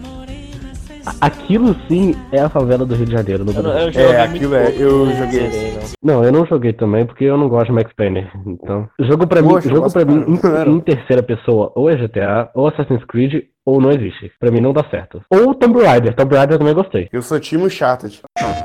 A- Aquilo sim é a favela do Rio de Janeiro, no Eu, Brasil. eu joguei É, muito aquilo é, pouco, eu não joguei zerei, não. Não, eu não joguei também porque eu não gosto de Max Payne. Então, jogo pra Poxa, mim, eu jogo gosto pra mim pra caramba. em, em terceira pessoa, ou é G T A, ou Assassin's Creed, ou não existe. Pra mim não dá certo. Ou Tomb Raider, Tomb Raider eu também gostei. Eu sou time Uncharted.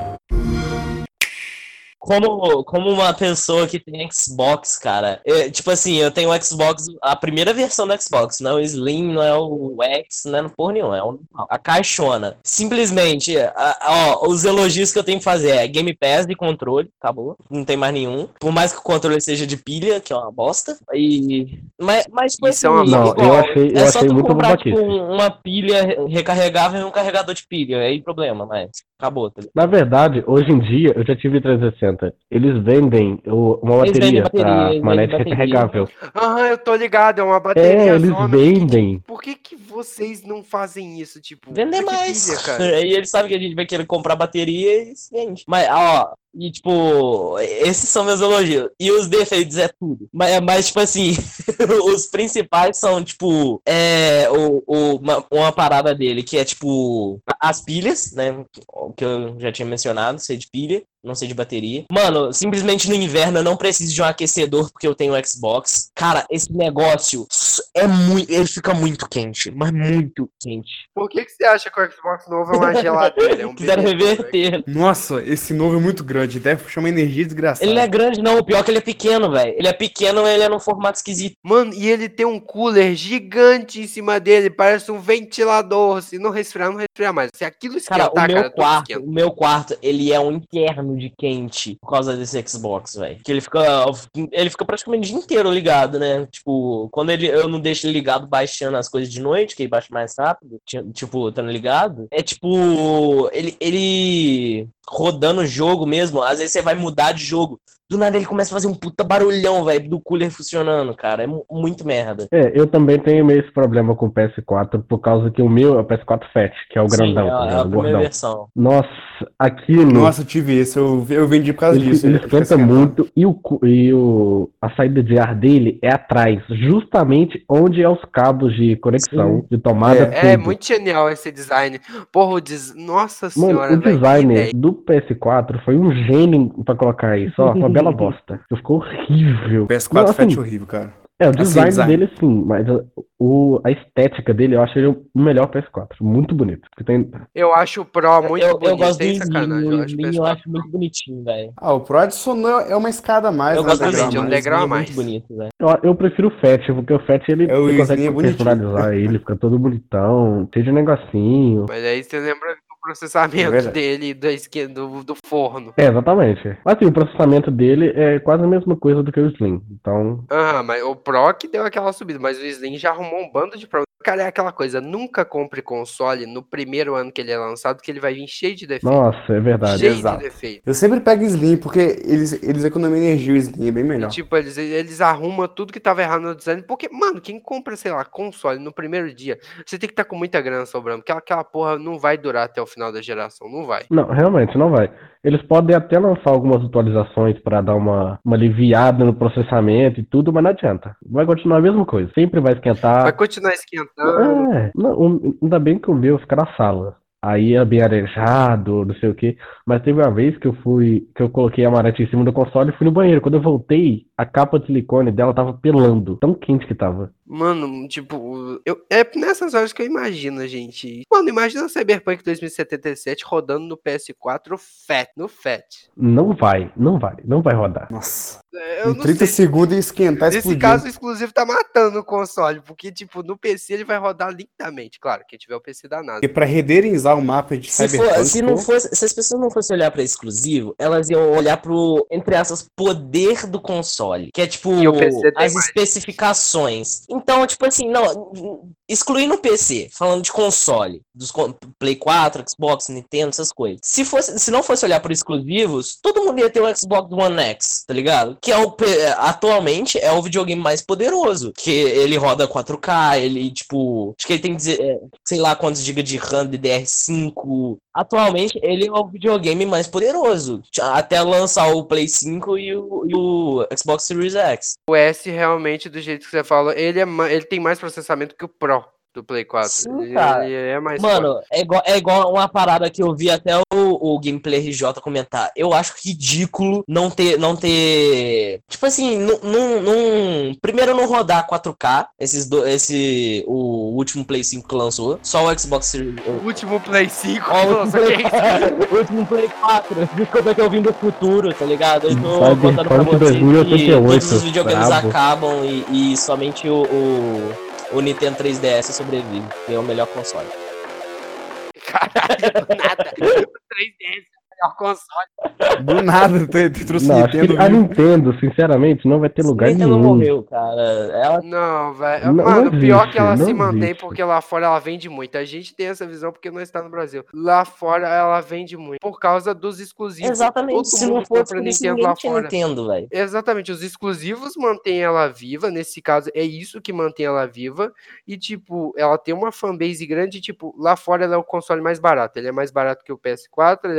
Como, como uma pessoa que tem Xbox, cara, é, tipo assim, eu tenho o Xbox, a primeira versão do Xbox, não é o Slim, não é o X, não é no porra nenhuma, é o normal. A caixona. Simplesmente, a- ó, os elogios que eu tenho que fazer é Game Pass de controle, acabou, não tem mais nenhum. Por mais que o controle seja de pilha, que é uma bosta. E, mas, mas tipo Isso é uma assim, Não, igual, eu achei, eu é só achei tu muito comprar babaquice. tipo, uma pilha re- recarregável e um carregador de pilha, aí problema, mas acabou, tá ligado? Na verdade, hoje em dia, eu já tive trezentos e sessenta. Eles vendem o- uma Eles vendem bateria bateria, pra eles manete vendem bateria. recarregável. Ah, eu tô ligado, é uma bateria É, eles zona. vendem. Por que que vocês não fazem isso, tipo? Vender por que mais. pilha, cara? Aí eles sabem que a gente vai querer comprar bateria e se vende. Mas, ó, e tipo, esses são meus elogios. E os defeitos é tudo. Mas, mas tipo assim, os principais são, tipo, é, o, o, uma, uma parada dele, que é, tipo, as pilhas, né? Que eu já tinha mencionado, sei de pilha, não sei de bateria. Mano, simplesmente no inverno eu não preciso de um aquecedor porque eu tenho o Xbox. Cara, esse negócio é muito. Ele fica muito quente, mas muito quente. Por que, que você acha que o Xbox novo é uma geladeira? É um Quiseram bebê, reverter. Nossa, esse novo é muito grande, deve puxar uma energia desgraçada. Ele não é grande, não. O pior é que ele é pequeno, velho. Ele é pequeno, ele é num formato esquisito. Mano, e ele tem um cooler gigante em cima dele, parece um ventilador. Se não resfriar, não resfriar mais. Se aquilo esquentar, Cara, o meu cara, tudo quarto, esquenta. o meu quarto, ele é um inferno de quente por causa desse Xbox, velho. Que ele fica, ele fica praticamente o dia inteiro ligado, né? Tipo, quando ele, eu não deixo ele ligado baixando as coisas de noite, que ele baixa mais rápido, tipo, estando ligado, é tipo, ele, ele rodando o jogo mesmo, às vezes você vai mudar de jogo. Do nada ele começa a fazer um puta barulhão, velho, do cooler funcionando, cara. É mu- muito merda. É, eu também tenho meio esse problema com o P S quatro, por causa que o meu é o P S quatro Fat, que é o Sim, grandão, é, tá a- é ligado? a O primeira gordão. versão. Nossa, aquilo, Nossa, eu tive esse, eu, eu vendi por causa ele, disso. ele ele fica esquenta esquentando. muito e, o, cu- e o, a saída de ar dele é atrás, justamente onde é os cabos de conexão, de tomada, É. É tudo. muito genial esse design. Porra, o des... Nossa Mano, senhora, o velho, que designer ideia. do P S quatro foi um gênio pra colocar isso, ó, uma bela bosta. Ficou horrível. O P S quatro Não, Fat assim, é horrível, cara. é, o Assim, design, design. dele sim, mas a, o, a estética dele eu acho ele o melhor P S quatro. Muito bonito. Porque tem, Eu acho o Pro muito eu, eu bonito, gosto do sem Slim, sacanagem. o Eu acho o Slim eu P S quatro acho muito bonitinho, velho. Ah, o Pro adicionou é uma escada a mais, Eu né? gosto Um do degrau a Slim, um mais. degrau a é muito mais. bonito, velho. eu, eu prefiro o Fat, porque o Fat ele, É, o você consegue Slim é bonitinho. personalizar ele, fica todo bonitão, cheio de negocinho. Mas aí você lembra do É processamento verdade. dele da esqui- do, do forno. É, exatamente. Assim, o processamento dele é quase a mesma coisa do que o Slim. Então, Aham, mas o Pro que deu aquela subida, mas o Slim já arrumou um bando de problemas. Cara, é aquela coisa, nunca compre console no primeiro ano que ele é lançado, que ele vai vir cheio de defeito. nossa, é verdade. Cheio Exato. de defeito. Eu sempre pego Slim, porque eles, eles economizam energia, o Slim é bem E, melhor. tipo, eles, eles arrumam tudo que tava errado no design. Porque, mano, quem compra, sei lá, console no primeiro dia, você tem que estar com muita grana sobrando. Porque aquela porra não vai durar até o final da geração. Não vai. Não, realmente, não vai. Eles podem até lançar algumas atualizações para dar uma, uma aliviada no processamento e tudo, mas não adianta. Vai continuar a mesma coisa. Sempre vai Vai esquentar. continuar esquentando. É, não, o- ainda bem que o meu fica na sala. Aí é bem arejado, não sei o quê. Mas teve uma vez que eu fui, que eu coloquei a Amarante em cima do console e fui no banheiro. Quando eu voltei, a capa de silicone dela tava pelando. Tão quente que tava. Mano, tipo, eu, é nessas horas que eu imagino, gente. Mano, imagina o Cyberpunk dois mil e setenta e sete rodando no P S quatro Fat, no Fat. Não vai, não vai, não vai rodar. Nossa. Eu Em não trinta sei. segundos e esquentar, Nesse explodindo. caso, o exclusivo tá matando o console, porque, tipo, no P C ele vai rodar lindamente. Claro, quem tiver o P C da NASA. Porque pra renderizar o mapa de Se, for, Cyberpunk, se, não pô, fosse, se as pessoas não fossem olhar pra exclusivo, elas iam olhar pro, entre aspas, poder do console. Que é tipo, E o P C tem as mais. especificações. Então, tipo assim, não. Excluindo o P C, falando de console, dos con- Play quatro, Xbox, Nintendo, essas coisas. Se, fosse, se não fosse olhar por exclusivos, todo mundo ia ter o Xbox One X, tá ligado? Que é o, P- atualmente é o videogame mais poderoso. Que ele roda quatro K, ele, tipo. Acho que ele tem, deze- é, sei lá quantos gigas de RAM D D R cinco. Atualmente, ele é o videogame mais poderoso. Até lançar o Play cinco e o, e o Xbox Series X. O S realmente, do jeito que você falou, ele, é, ma- ele tem mais processamento que o Pro do Play quatro. Sim, ele, cara. ele é mais forte. Mano, é igual, é igual uma parada que eu vi até o, o Gameplay R J comentar. Eu acho ridículo não ter. Não ter. Tipo assim, num. num- num- primeiro não rodar quatro K, esses do, esse. O último Play cinco que lançou. Só o Xbox Series. O último Play cinco. Ó, o último nossa, Play, que isso? o último Play quatro. Desculpa que eu vim do futuro, tá ligado? Eu tô Cyberpunk contando pra vocês dois mil e oitenta e que oito, todos os videogames brabo. acabam e, e somente o, o, o Nintendo três D S sobrevive. Que é o melhor console. Caralho, do nada. O três D S é o melhor console. do nada, tu, tu trouxe Não, acho que Nintendo a vivo. Nintendo, sinceramente, não vai ter lugar Nintendo nenhum. morreu, cara. Ela Não, velho. Não Mano, pior existe, que ela não se mantém existe. porque lá fora ela vende muito. A gente tem essa visão porque não está no Brasil. Lá fora ela vende muito. Por causa dos exclusivos. Exatamente, Todo se mundo não fosse compra por isso, Nintendo ninguém lá tinha fora. Nintendo, velho. Exatamente, os exclusivos mantêm ela viva, nesse caso é isso que mantém ela viva, e tipo, ela tem uma fanbase grande, tipo, lá fora ela é o console mais barato, ele é mais barato que o P S quatro, ele é mais barato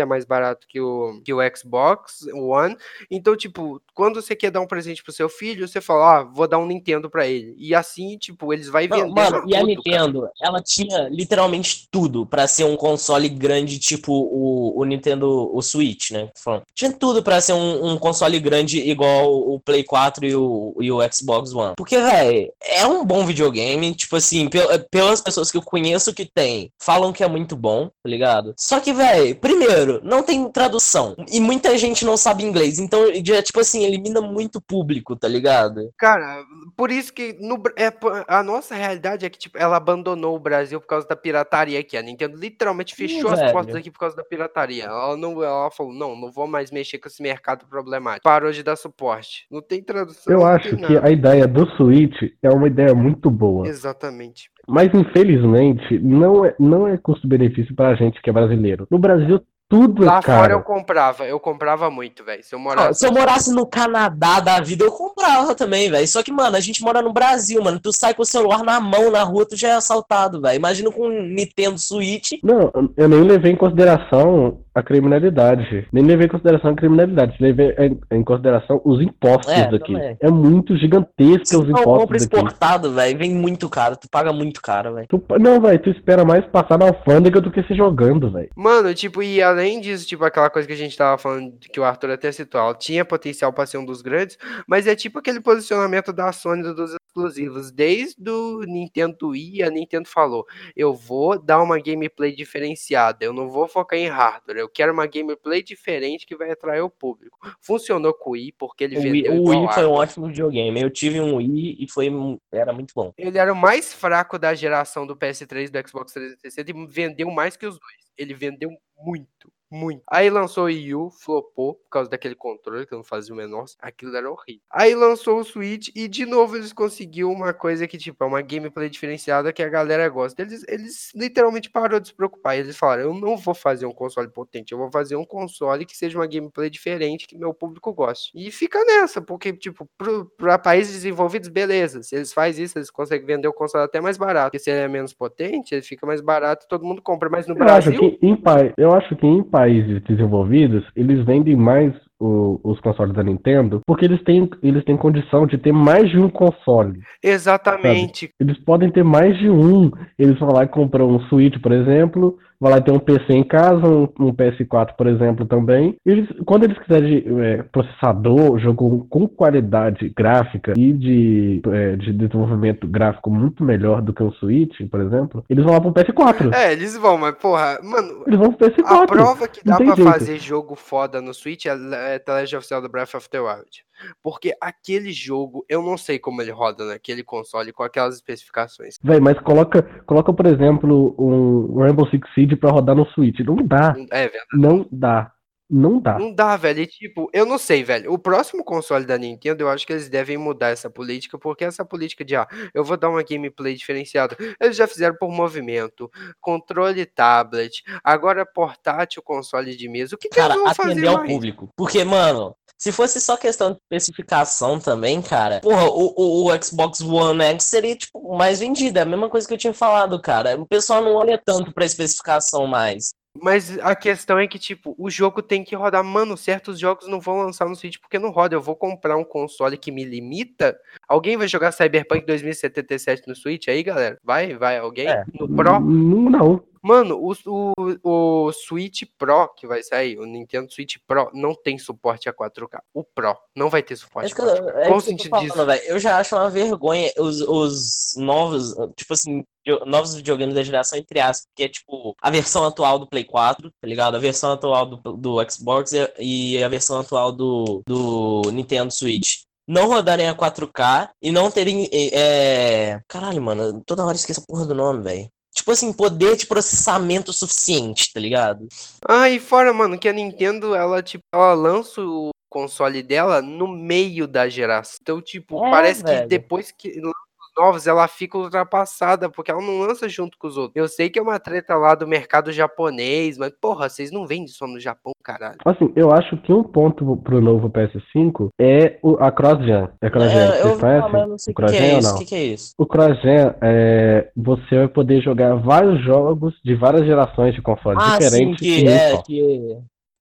barato que o, que o Xbox One. Então, tipo, quando você quer dar um presente pro seu filho, você fala, ah, vou dar um Nintendo pra ele. E assim, tipo, eles vai Não, vendendo mano, e a tudo, cara. Nintendo, ela tinha literalmente tudo pra ser um console grande, tipo o, o Nintendo, o Switch, né? Falando. Tinha tudo pra ser um, um console grande igual o Play quatro e o, e o Xbox One. Porque, velho, é um bom videogame, tipo assim, pel- pelas pessoas que eu conheço que tem, falam que é muito bom, tá ligado? Só que, velho, primeiro, não tem tradução. E muita gente não sabe inglês, então, já, tipo assim, elimina muito público, tá ligado? Cara, por isso que no, Bra- é, pô, a nossa realidade é que tipo, ela abandonou o Brasil por causa da pirataria aqui. A Nintendo literalmente Sim, fechou as portas velho. aqui por causa da pirataria. Ela não, ela falou, não, não vou mais mexer com esse mercado problemático. Parou de dar suporte. Não tem tradução, Eu não acho tem que a nada. ideia do Switch é uma ideia muito boa. Exatamente. Mas, infelizmente, não é, não é custo-benefício pra gente que é brasileiro. No Brasil, tudo é Lá fora eu caro. comprava, eu comprava muito, velho. Se eu Não, morasse se eu nos morasse no Canadá da vida, eu comprava também, velho. Só que, mano, a gente mora no Brasil, mano. Tu sai com o celular na mão na rua, tu já é assaltado, velho. Imagina com um Nintendo Switch. Não, eu nem levei em consideração a criminalidade. Nem levei em consideração a criminalidade. Levei em, em consideração os impostos É, daqui. também. É muito gigantesco Se os tu não impostos compra daqui. exportado, velho, vem muito caro. Tu paga muito caro, velho. Tu, não, velho, tu espera mais passar na alfândega do que se jogando, velho. Mano, tipo, e além disso, tipo, aquela coisa que a gente tava falando, que o Arthur até citou, ela tinha potencial pra ser um dos grandes, mas é tipo aquele posicionamento da Sony dos exclusivos. Desde o Nintendo Wii, a Nintendo falou, eu vou dar uma gameplay diferenciada, eu não vou focar em hardware, eu quero uma gameplay diferente que vai atrair o público. Funcionou com o Wii, porque ele O Wii, vendeu o igual Wii foi um água. ótimo videogame. Eu tive um Wii e foi, um- era muito bom. Ele era o mais fraco da geração do P S três e do Xbox trezentos e sessenta e vendeu mais que os dois. Ele vendeu muito, muito. Aí lançou o Wii U, flopou por causa daquele controle que não fazia o menor. Aquilo era horrível. Aí lançou o Switch e de novo eles conseguiram uma coisa que tipo é uma gameplay diferenciada que a galera gosta. Eles, eles literalmente pararam de se preocupar. Eles falaram: eu não vou fazer um console potente, eu vou fazer um console que seja uma gameplay diferente que meu público goste. E fica nessa, porque tipo para países desenvolvidos, beleza. Se eles fazem isso, eles conseguem vender o console até mais barato. Porque se ele é menos potente, ele fica mais barato e todo mundo compra. Mas no Eu acho Brasil, que em, pa- eu acho que em países desenvolvidos, eles vendem mais o- os consoles da Nintendo porque eles têm, eles têm condição de ter mais de um console. exatamente. Eles podem ter mais de um. Eles vão lá e compram um Switch, por exemplo, vão lá ter um P C em casa, um, um P S quatro, por exemplo, também. Eles, quando eles quiserem é, processador, jogo com qualidade gráfica e de, é, de desenvolvimento gráfico muito melhor do que um Switch, por exemplo, eles vão lá pro P S quatro. É, eles vão, mas porra, mano, Eles vão pro P S quatro. a prova que Não dá tem pra jeito. fazer jogo foda no Switch é, é The Legend of Zelda Breath of the Wild. Porque aquele jogo, eu não sei como ele roda naquele console com aquelas especificações. Véi, mas coloca, coloca, por exemplo, um Rainbow Six Siege pra rodar no Switch. Não dá. Não- É, velho. Não dá. Não dá. Não dá, velho. E, tipo, eu não sei, velho. O próximo console da Nintendo, eu acho que eles devem mudar essa política, porque essa política de, ah, eu vou dar uma gameplay diferenciada. Eles já fizeram por movimento, controle tablet, agora portátil, console de mesa. O que, que eles Cara, vão fazer atender ao mais? público. Porque, mano, se fosse só questão de especificação também, cara, porra, o, o, o Xbox One X seria, tipo, o mais vendido. É a mesma coisa que eu tinha falado, cara. O pessoal não olha tanto pra especificação mais. Mas a questão é que, tipo, o jogo tem que rodar. Mano, certos jogos não vão lançar no Switch porque não roda. Eu vou comprar um console que me limita. Alguém vai jogar Cyberpunk dois mil e setenta e sete no Switch aí, galera? Vai, vai, alguém? É. No Pro? Não, não. Mano, o, o, o Switch Pro que vai sair, o Nintendo Switch Pro, não tem suporte a quatro K. O Pro não vai ter É suporte isso a que eu, quatro K. é Qual o isso que eu tô sentido falando, disso? velho. Eu já acho uma vergonha os, os novos, tipo assim, jo- novos videogames da geração, entre aspas, que é tipo a versão atual do Play quatro, tá ligado? A versão atual do, do Xbox e, e a versão atual do, do Nintendo Switch. Não rodarem a quatro K e não terem. É... Caralho, mano, toda hora eu esqueço a porra do nome, velho. Tipo assim, poder de processamento suficiente, tá ligado? Ah, e fora, mano, que a Nintendo, ela, tipo, ela lança o console dela no meio da geração. Então, tipo, É, parece que velho. depois que lança os novos, ela fica ultrapassada, porque ela não lança junto com os outros. Eu sei que é uma treta lá do mercado japonês, mas, porra, vocês não vendem só no Japão, caralho. Assim, eu acho que um ponto pro novo P S cinco é o, a cross-gen. É cross-gen, É, eu vocês ouvi falar, mas eu conhecem? não sei O o que, que é cross-gen ou isso. O não? que, que é isso? O cross-gen, é, você vai poder jogar vários jogos de várias gerações de consoles Ah, sim, diferentes que em um é, só. que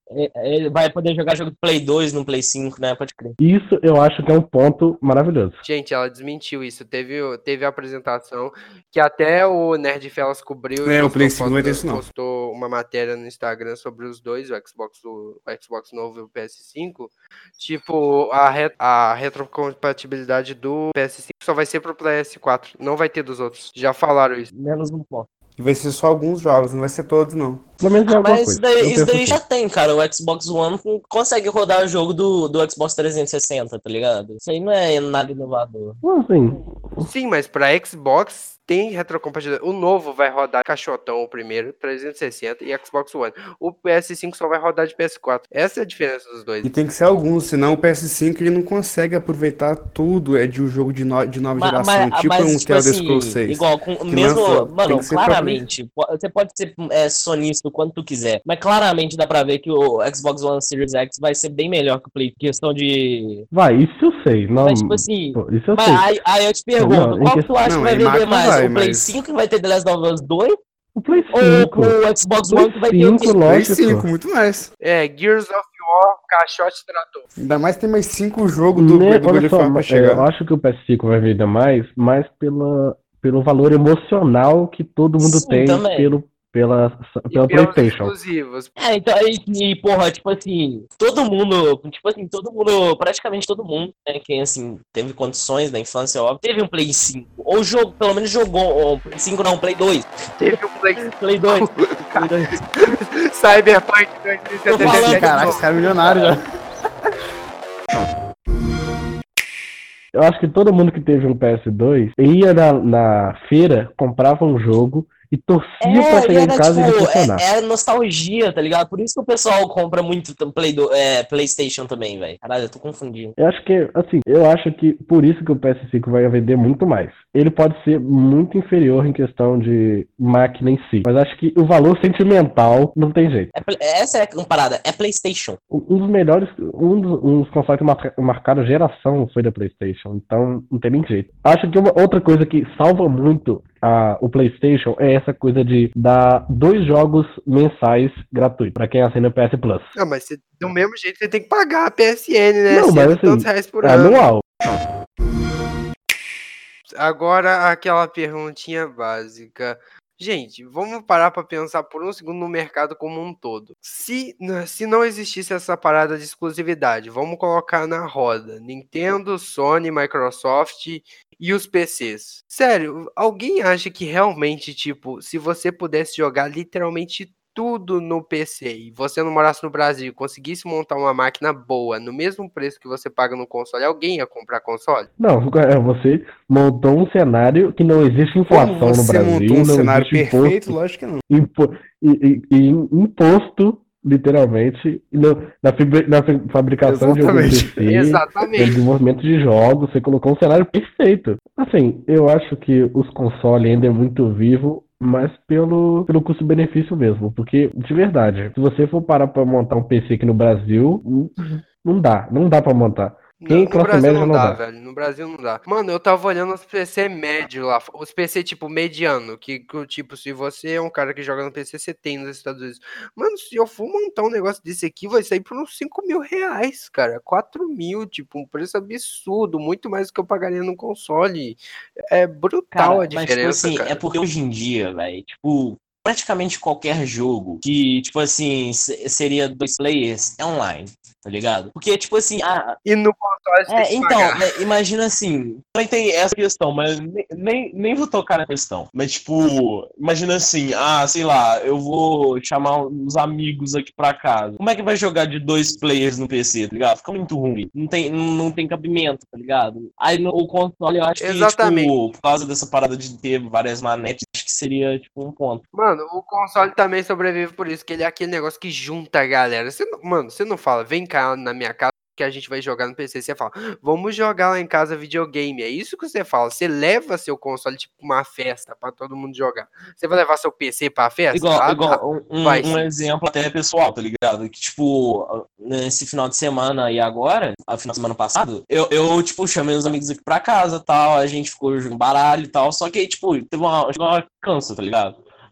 Ele vai poder jogar jogo do Play dois no Play cinco, né? Pode crer. Isso eu acho que é um ponto maravilhoso. Gente, ela desmentiu isso. Teve, teve a apresentação que até o Nerd Felas cobriu É, e o Play postou, cinco não vai ter foto- isso, não. postou uma matéria no Instagram sobre os dois, o Xbox, o, o Xbox novo e o P S cinco. Tipo, a, re- a retrocompatibilidade do P S cinco só vai ser pro P S quatro, não vai ter dos outros. Já falaram isso. Menos um ponto. E vai ser só alguns jogos, não vai ser todos, não. Pelo menos é Ah, alguma mas coisa. isso daí, Eu isso penso daí já assim. tem, cara. O Xbox One con- consegue rodar o jogo do, do Xbox trezentos e sessenta, tá ligado? Isso aí não é nada inovador. Então, assim, Sim, mas pra Xbox tem retrocompatibilidade. O novo vai rodar caixotão o primeiro, trezentos e sessenta e Xbox One. O P S cinco só vai rodar de P S quatro. Essa é a diferença dos dois. E tem que ser alguns, senão o P S cinco ele não consegue aproveitar tudo é de um jogo de, no, de nova Ma- geração, mas, tipo mas, um tipo The Elder assim, Scrolls seis. igual, com, que mesmo, lança- tem mano, que ser claramente, po- você pode ser é, sonista o quanto tu quiser, mas claramente dá pra ver que o Xbox One Series X vai ser bem melhor que o Play, questão de... vai, isso eu sei. Não, Mas, tipo assim, pô, isso eu mas sei. aí, aí eu te pergunto, Não, em qual que questão- tu acha não, que vai em vender máquina mais? vai, o Play mas- cinco que vai ter The Last of Us dois O Play ou cinco. o Xbox One que vai ter o cinco, quê? Play lógico. cinco, muito mais. É, Gears of War, caixote trator. Ainda mais tem mais cinco jogos do, Né, do God olha of só, War pra mas, é, chegar. eu acho que o P S cinco vai vender mais, mais pela, pelo valor emocional que todo mundo Sim, tem também. pelo, pela, E pela pelos PlayStation. exclusivos. É, então, e, e, porra, tipo assim, todo mundo, tipo assim, todo mundo, praticamente todo mundo, né, quem, assim, teve condições na infância, óbvio, teve um Play cinco, ou jogo, pelo menos jogou, ou Play cinco não, Play dois, Teve o Play Play dois, Play dois. Cyberpunk dois mil e Tô setenta e falando, sete. Caraca, esse cara é milionário já. Eu acho que todo mundo que teve um P S dois ia na, na feira, comprava um jogo e torcia pra É, e chegar em era, casa e ele tipo, funcionar. é, é nostalgia, tá ligado? Por isso que o pessoal compra muito t- Play do, é, PlayStation também, velho. Caralho, eu tô confundindo. Eu acho que, assim, eu acho que por isso que o P S cinco vai vender muito mais. Ele pode ser muito inferior em questão de máquina em si, mas acho que o valor sentimental não tem jeito. É pl- essa é a parada, é PlayStation. Um dos melhores, um dos, um dos consoles que marca- marcaram geração foi da PlayStation, então não tem nem jeito. Acho que uma outra coisa que salva muito a, o PlayStation é essa coisa de dar dois jogos mensais gratuitos pra quem assina o P S Plus. Ah, mas você, do mesmo jeito você tem que pagar a P S N, né? Não, mas Cento e assim, tantos reais por É ano. anual. Agora aquela perguntinha básica. Gente, vamos parar pra pensar por um segundo no mercado como um todo. Se, se não existisse essa parada de exclusividade, vamos colocar na roda Nintendo, Sony, Microsoft e os P Cs. Sério, alguém acha que realmente, tipo, se você pudesse jogar literalmente tudo no P C e você não morasse no Brasil e conseguisse montar uma máquina boa no mesmo preço que você paga no console, alguém ia comprar console? Não, é, você montou um cenário que não existe inflação Como no você Brasil, montou um não cenário existe perfeito, imposto, lógico que não. impo, e, e- e imposto, literalmente, no- na, fibri- na fi- fabricação de algum P Exatamente. C, no Exatamente. desenvolvimento de jogos, você colocou um cenário perfeito. Assim, eu acho que os consoles ainda é muito vivo, mas pelo, pelo custo-benefício mesmo, porque, de verdade, se você for parar pra montar um P C aqui no Brasil, não, não dá, não dá pra montar. Não, Quem no classe Brasil média não não dá, dá. velho. No Brasil não dá. Mano, eu tava olhando os P C médio lá. Os P C, tipo, mediano. Que, que, tipo, se você é um cara que joga no P C, você tem nos Estados Unidos. Mano, se eu for montar um negócio desse aqui, vai sair por uns cinco mil reais, cara. quatro mil, tipo, um preço absurdo. Muito mais do que eu pagaria no console. É brutal Cara, a mas tipo diferença, assim, cara. é porque hoje em dia, velho, tipo, praticamente qualquer jogo que, tipo assim, se- seria dois players é online, tá ligado? Porque, tipo assim, ah, E no console você tem é, que então, pagar. né, imagina assim, também tem essa questão, mas nem, nem, nem vou tocar na questão. Mas, tipo, imagina assim, ah, sei lá, eu vou chamar uns amigos aqui pra casa. Como é que vai jogar de dois players no P C, tá ligado? Fica muito ruim. Não tem, não, não tem cabimento, tá ligado? Aí no o console eu acho que, Exatamente. tipo, por causa dessa parada de ter várias manetes, acho que seria, tipo, um ponto. Mano, o console também sobrevive por isso, que ele é aquele negócio que junta a galera. Você não- mano, você não fala, vem cá na minha casa que a gente vai jogar no P C. Você fala, vamos jogar lá em casa videogame. É isso que você fala. Você leva seu console, tipo, pra uma festa pra todo mundo jogar. Você vai levar seu P C pra festa? Igual, Ah, tá. igual um, vai um sim. exemplo até pessoal, tá ligado? Que, tipo, nesse final de semana e agora, a final de semana passado, eu, eu tipo, chamei os amigos aqui pra casa tal, a gente ficou jogando baralho e tal, só que aí, tipo, teve uma, chegou uma cansa, tá ligado?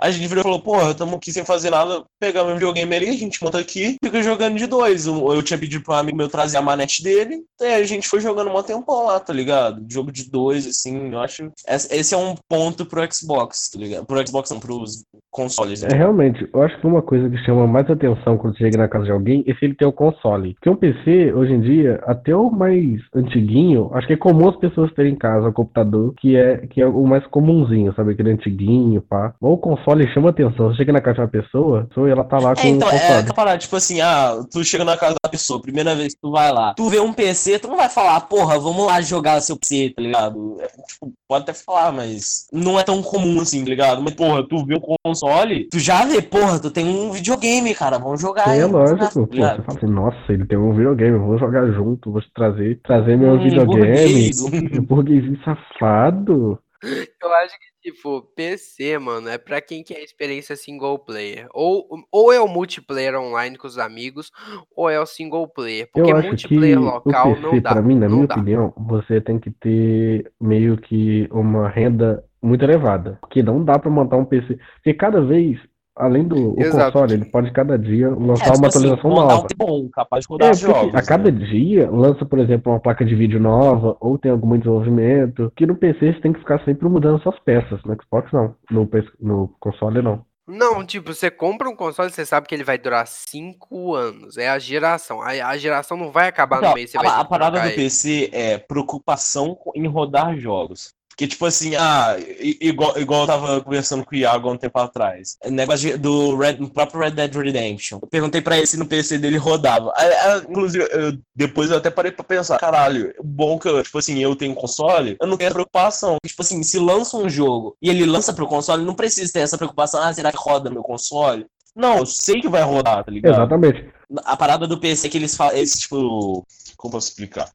A gente virou e falou, porra, tamo aqui sem fazer nada, pegar meu videogame ali, a gente monta aqui, fica jogando de dois. Eu, eu tinha pedido pro amigo meu trazer a manete dele, e a gente foi jogando um tempão lá, tá ligado? Jogo de dois, assim, eu acho. Esse é um ponto pro Xbox, tá ligado? Pro Xbox não, pros consoles. Né? É, realmente, eu acho que uma coisa que chama mais atenção quando você chega na casa de alguém é se ele tem o console. Porque um P C, hoje em dia, até o mais antiguinho, acho que é comum as pessoas terem em casa um computador que é, que é o mais comumzinho, sabe? Aquele antiguinho, pá. Ou o console chama atenção. Você chega na casa de uma pessoa, a pessoa, ela tá lá com É, então, o é console. aquela parada, tipo assim, ah, tu chega na casa da pessoa, primeira vez que tu vai lá, tu vê um P C, tu não vai falar, porra, vamos lá jogar seu P C, tá ligado? É, tipo, pode até falar, mas não é tão comum assim, tá ligado? Mas, porra, tu vê o console, tu já vê, porra, tu tem um videogame, cara, vamos jogar aí. É vamos jogar, lógico, tá pô, ligado? você fala assim, nossa, ele tem um videogame, vou jogar junto, vou trazer, trazer meu Um videogame. burguês, um- Burguesinho safado. Eu acho que, tipo, P C, mano, é pra quem quer experiência single player. Ou, ou é o multiplayer online com os amigos, ou é o single player. Porque Eu acho multiplayer que o local não P C, pra dá. mim, na Não minha dá. opinião, você tem que ter meio que uma renda muito elevada. Porque não dá pra montar um P C. Porque cada vez, além do o Exato, console, que- ele pode cada dia É, lançar tipo uma assim, atualização montar um nova. P C bom, capaz de rodar É, porque assim, jogos, a cada né? dia lança, por exemplo, uma placa de vídeo nova, ou tem algum desenvolvimento, que no P C você tem que ficar sempre mudando suas peças. No Xbox não, no, P C no console não. Não, tipo, você compra um console, você sabe que ele vai durar cinco anos. É a geração. A, a geração não vai acabar no Então, meio, você vai a, ter a que parada trocar do ele. P C é preocupação com- em rodar jogos. Porque, tipo assim, ah, i- igual, igual eu tava conversando com o Iago há um tempo atrás. Negócio de- do, Red, do próprio Red Dead Redemption. Eu perguntei pra ele se no P C dele rodava. Aí, aí, inclusive, eu- depois eu até parei pra pensar, caralho, bom que eu, tipo assim, eu tenho console, eu não tenho essa preocupação. Tipo assim, se lança um jogo e ele lança pro console, não precisa ter essa preocupação, ah, será que roda meu console? Não, eu sei que vai rodar, tá ligado? Exatamente. A parada do P C é que eles falam, eles, tipo, como posso explicar?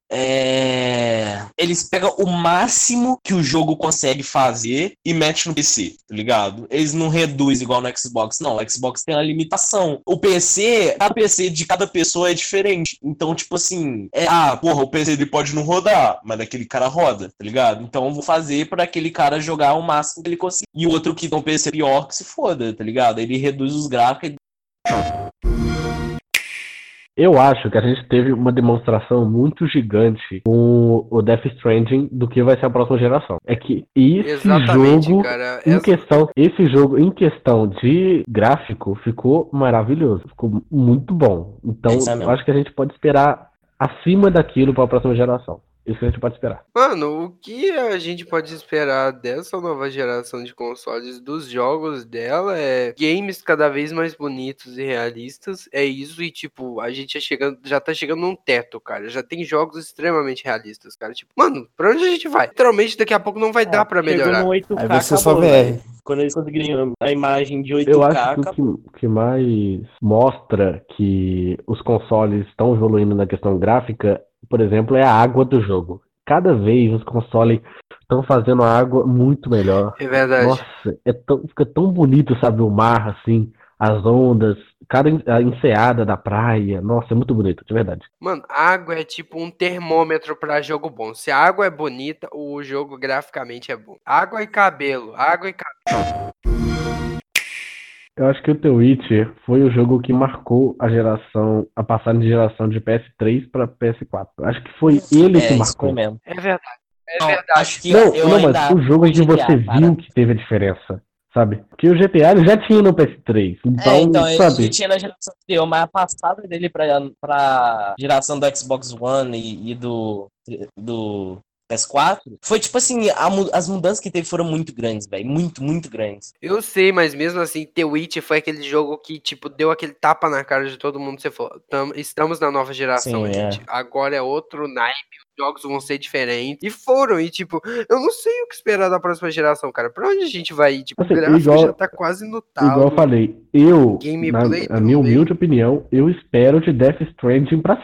É... Eles pegam o máximo que o jogo consegue fazer e metem no P C, tá ligado? Eles não reduzem igual no Xbox, não. O Xbox tem uma limitação. O P C, cada P C de cada pessoa é diferente. Então, tipo assim, é, ah, porra, o P C ele pode não rodar, mas daquele cara roda, tá ligado? Então eu vou fazer pra aquele cara jogar o máximo que ele conseguir. E o outro que tem um P C pior que se foda, tá ligado? Ele reduz os gráficos. Eu acho que a gente teve uma demonstração muito gigante com o Death Stranding do que vai ser a próxima geração. É que esse Exatamente, jogo, cara. em Essa- questão, esse jogo em questão de gráfico ficou maravilhoso, ficou muito bom. Então, Isso é eu mesmo. acho que a gente pode esperar acima daquilo para a próxima geração. Isso que a gente pode esperar. Mano, o que a gente pode esperar dessa nova geração de consoles, dos jogos dela, é games cada vez mais bonitos e realistas. É isso, e tipo, a gente já, chegando, já tá chegando num teto, cara. Já tem jogos extremamente realistas, cara. Tipo, mano, pra onde a gente vai? Literalmente, daqui a pouco não vai dar pra Chegou melhorar. no oito K, Aí vai ser só acabou, V R. velho. Quando eles conseguirem a imagem de oito K, Eu acho que o acabou. que, que mais mostra que os consoles estão evoluindo na questão gráfica, por exemplo, é a água do jogo. Cada vez os consoles estão fazendo a água muito melhor. É verdade. Nossa, é tão, fica tão bonito, sabe, o mar, assim, as ondas, cada en- a enseada da praia. Nossa, é muito bonito, de verdade. Mano, água é tipo um termômetro pra jogo bom. Se a água é bonita, o jogo graficamente é bom. Água e cabelo, água e cabelo. Eu acho que o The Witcher foi o jogo que marcou a geração, a passagem de geração de P S três para P S quatro. Eu acho que foi ele É, que isso foi marcou. mesmo. É verdade. É Não, verdade. acho que Não, eu não, ainda mas o jogo fui que G T A, você cara. viu que teve a diferença, sabe? Porque o G T A ele já tinha no P S três. Então, É, então, ele sabe? tinha na geração anterior, mas a passada dele pra, pra geração do Xbox One e, e do, do P S quatro foi tipo assim, a mu- as mudanças que teve foram muito grandes, velho. Muito, muito grandes. Eu sei, mas mesmo assim, The Witch foi aquele jogo que, tipo, deu aquele tapa na cara de todo mundo. Você falou, "Tam- estamos na nova geração, Sim, gente. Agora é outro naipe, os jogos vão ser diferentes." E foram, e tipo, eu não sei o que esperar da próxima geração, cara. Pra onde a gente vai ir? Tipo, Assim, o gráfico igual- já tá quase no talo. Igual eu falei, eu, Gameplay na, na minha também. humilde opinião, eu espero de Death Stranding pra cima.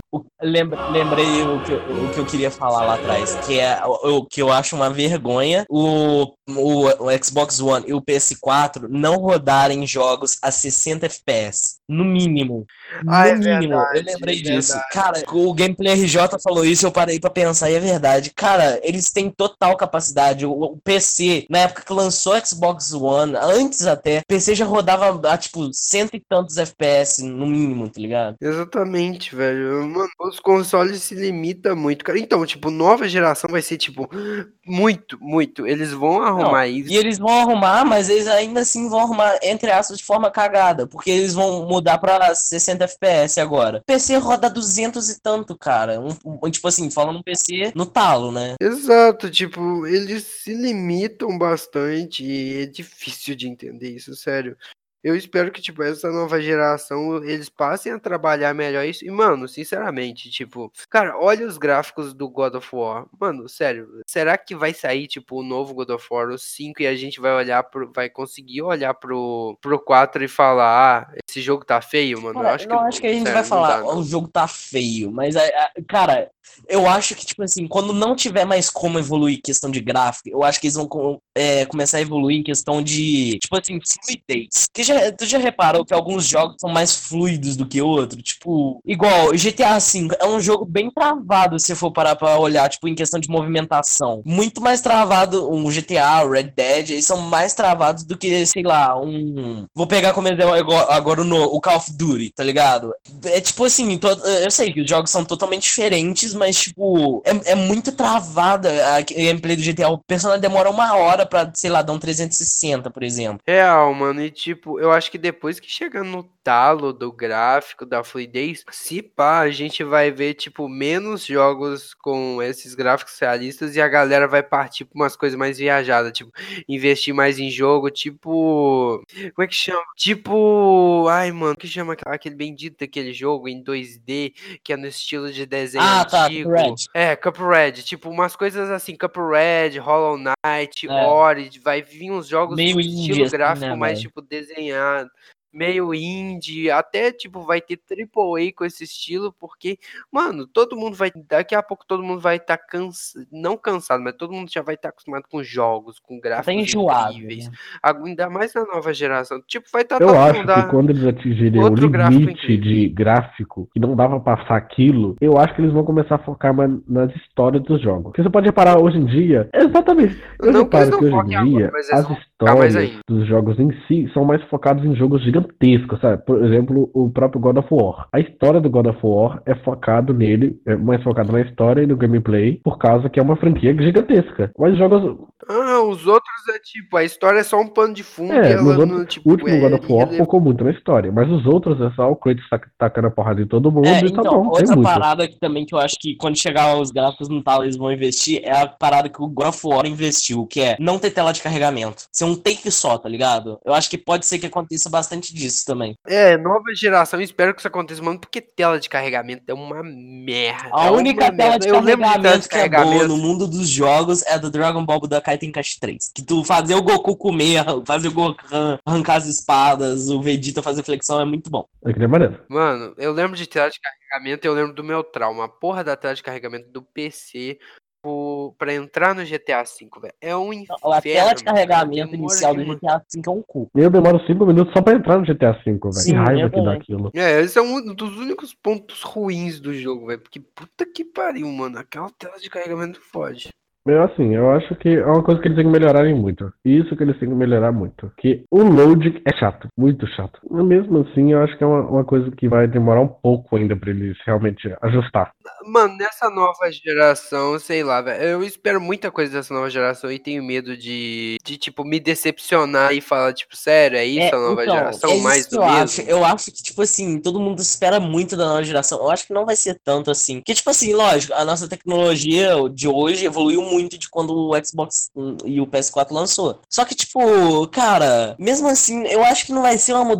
O- lembra- lembrei o que, eu- o que eu queria falar lá atrás, que é o o que eu acho uma vergonha o, o, o Xbox One e o P S quatro não rodarem jogos a sessenta F P S. No mínimo. Ah, No é mínimo, eu verdade, lembrei é disso. verdade. Cara, o Gameplay R J falou isso, eu parei pra pensar, e é verdade. Cara, eles têm total capacidade. O, o P C, na época que lançou o Xbox One, antes até, o P C já rodava a, tipo, cento e tantos F P S, no mínimo, tá ligado? Exatamente, velho. Mano, os consoles se limitam muito, cara. Então, tipo, nova geração vai ser, tipo, muito, muito. Eles vão Não, arrumar isso. e eles vão arrumar, mas eles ainda assim vão arrumar, entre aspas, de forma cagada, porque eles vão mudar pra sessenta F P S agora. O P C roda duzentos e tanto, cara. Um, um- tipo assim, falando um P C no talo, né? Exato, tipo, eles se limitam bastante e é difícil de entender isso, sério. Eu espero que, tipo, essa nova geração, eles passem a trabalhar melhor isso. E, mano, sinceramente, tipo, cara, olha os gráficos do God of War. Mano, sério, será que vai sair, tipo, o novo God of War, o cinco, e a gente vai olhar pro, vai conseguir olhar pro, pro quatro e falar, ah, esse jogo tá feio, mano? Eu Cara, acho eu que não acho que a não, gente vai sério, não falar, dá, "Ó, o não. jogo tá feio, mas, a- a- cara, eu acho que, tipo assim, quando não tiver mais como evoluir em questão de gráfico, eu acho que eles vão com- é, começar a evoluir em questão de, tipo assim, fluidez. Que já, tu já reparou que alguns jogos são mais fluidos do que outros? Tipo, igual G T A V é um jogo bem travado, se for parar pra olhar, tipo, em questão de movimentação. Muito mais travado, um G T A, o Red Dead, eles são mais travados do que, sei lá, um... Vou pegar como exemplo agora agora o no- o Call of Duty, tá ligado? É tipo assim, to- eu sei que os jogos são totalmente diferentes, mas, tipo, é, é muito travada a gameplay do G T A. O personagem demora uma hora pra, sei lá, dar um trezentos e sessenta, por exemplo. Real, mano, e tipo, eu acho que depois que chegar no talo do gráfico, da fluidez, se pá, a gente vai ver, tipo, menos jogos com esses gráficos realistas e a galera vai partir pra umas coisas mais viajadas, tipo, investir mais em jogo, tipo. Como é que chama? Tipo. Ai, mano, que chama aquele aquele bendito daquele jogo em dois D, que é no estilo de desenho Ah, tá, antigo? Red. É, Cuphead, tipo, umas coisas assim, Cuphead, Hollow Knight, É, Ori, vai vir uns jogos meio no indie, estilo assim, gráfico né, mais, velho? tipo, desenhado, meio indie, até, tipo, vai ter Triple A com esse estilo, porque, mano, todo mundo vai, daqui a pouco todo mundo vai estar cansado, não cansado, mas todo mundo já vai estar acostumado com jogos, com Até gráficos enjoado, incríveis, né? ainda mais na nova geração, tipo, vai estar Eu todo acho mundo, que ah, quando eles atingirem o outro gráfico limite incrível. de gráfico, que não dá pra passar aquilo, eu acho que eles vão começar a focar mais nas histórias dos jogos. Porque você pode reparar hoje em dia, exatamente, eu Não que eles reparo não que hoje foquem em agora, dia mas eles as vão focar mais histórias ainda. dos jogos em si são mais focadas em jogos gigantescos, sabe? Por exemplo, o próprio God of War. A história do God of War é focado nele, é mais focado na história e no gameplay, por causa que é uma franquia gigantesca. Mas jogos, Ah, os outros é tipo, a história é só um pano de fundo e é, nos ela outros, não, o tipo, último God é of War irrelevante. focou muito na história, mas os outros é só o Kratos tac- tacando a porrada em todo mundo É, e tá então, bom, tem outra muito. parada que também que eu acho que quando chegar os gráficos no talo eles vão investir é a parada que o God of War investiu, que é não ter tela de carregamento. Ser um take só, tá ligado? Eu acho que pode ser que aconteça bastante disso também. É, nova geração, espero que isso aconteça, mano, porque tela de carregamento é uma merda, A é única uma tela merda. de Eu lembro de tela de carregamento que é boa no carregamento. mundo dos jogos é a do Dragon Ball Budokai Tenkaichi três. Que tu fazer o Goku comer, fazer o Gohan arrancar as espadas, o Vegeta fazer flexão é muito bom. É que nem maneiro. Mano, eu lembro de tela de carregamento, eu lembro do meu trauma, a porra da tela de carregamento do P C pro- pra entrar no G T A V, velho. É um A tela de inferno, cara, carregamento demora inicial do demais. G T A V é um cu. Eu demoro cinco minutos só pra entrar no G T A V, velho. Que Sim, raiva eu que dá também. aquilo. É, esse é um dos únicos pontos ruins do jogo, velho, porque puta que pariu, mano, aquela tela de carregamento fode. Eu, assim, eu acho que é uma coisa que eles têm que melhorarem muito. Isso que eles têm que melhorar muito. Que o load é chato, muito chato. Mas mesmo assim, eu acho que é uma, uma coisa que vai demorar um pouco ainda pra eles realmente ajustar. Mano, nessa nova geração, sei lá, velho. Eu espero muita coisa dessa nova geração e tenho medo de, de, tipo, me decepcionar e falar, tipo, sério, é isso É, a nova então, geração? é isso Mais que do eu acho. mesmo? Eu acho que, tipo assim, todo mundo espera muito da nova geração. Eu acho que não vai ser tanto assim. Porque, tipo assim, lógico, a nossa tecnologia de hoje evoluiu muito de quando o Xbox e o P S quatro lançou. Só que, tipo, cara, mesmo assim, eu acho que não vai ser uma mudança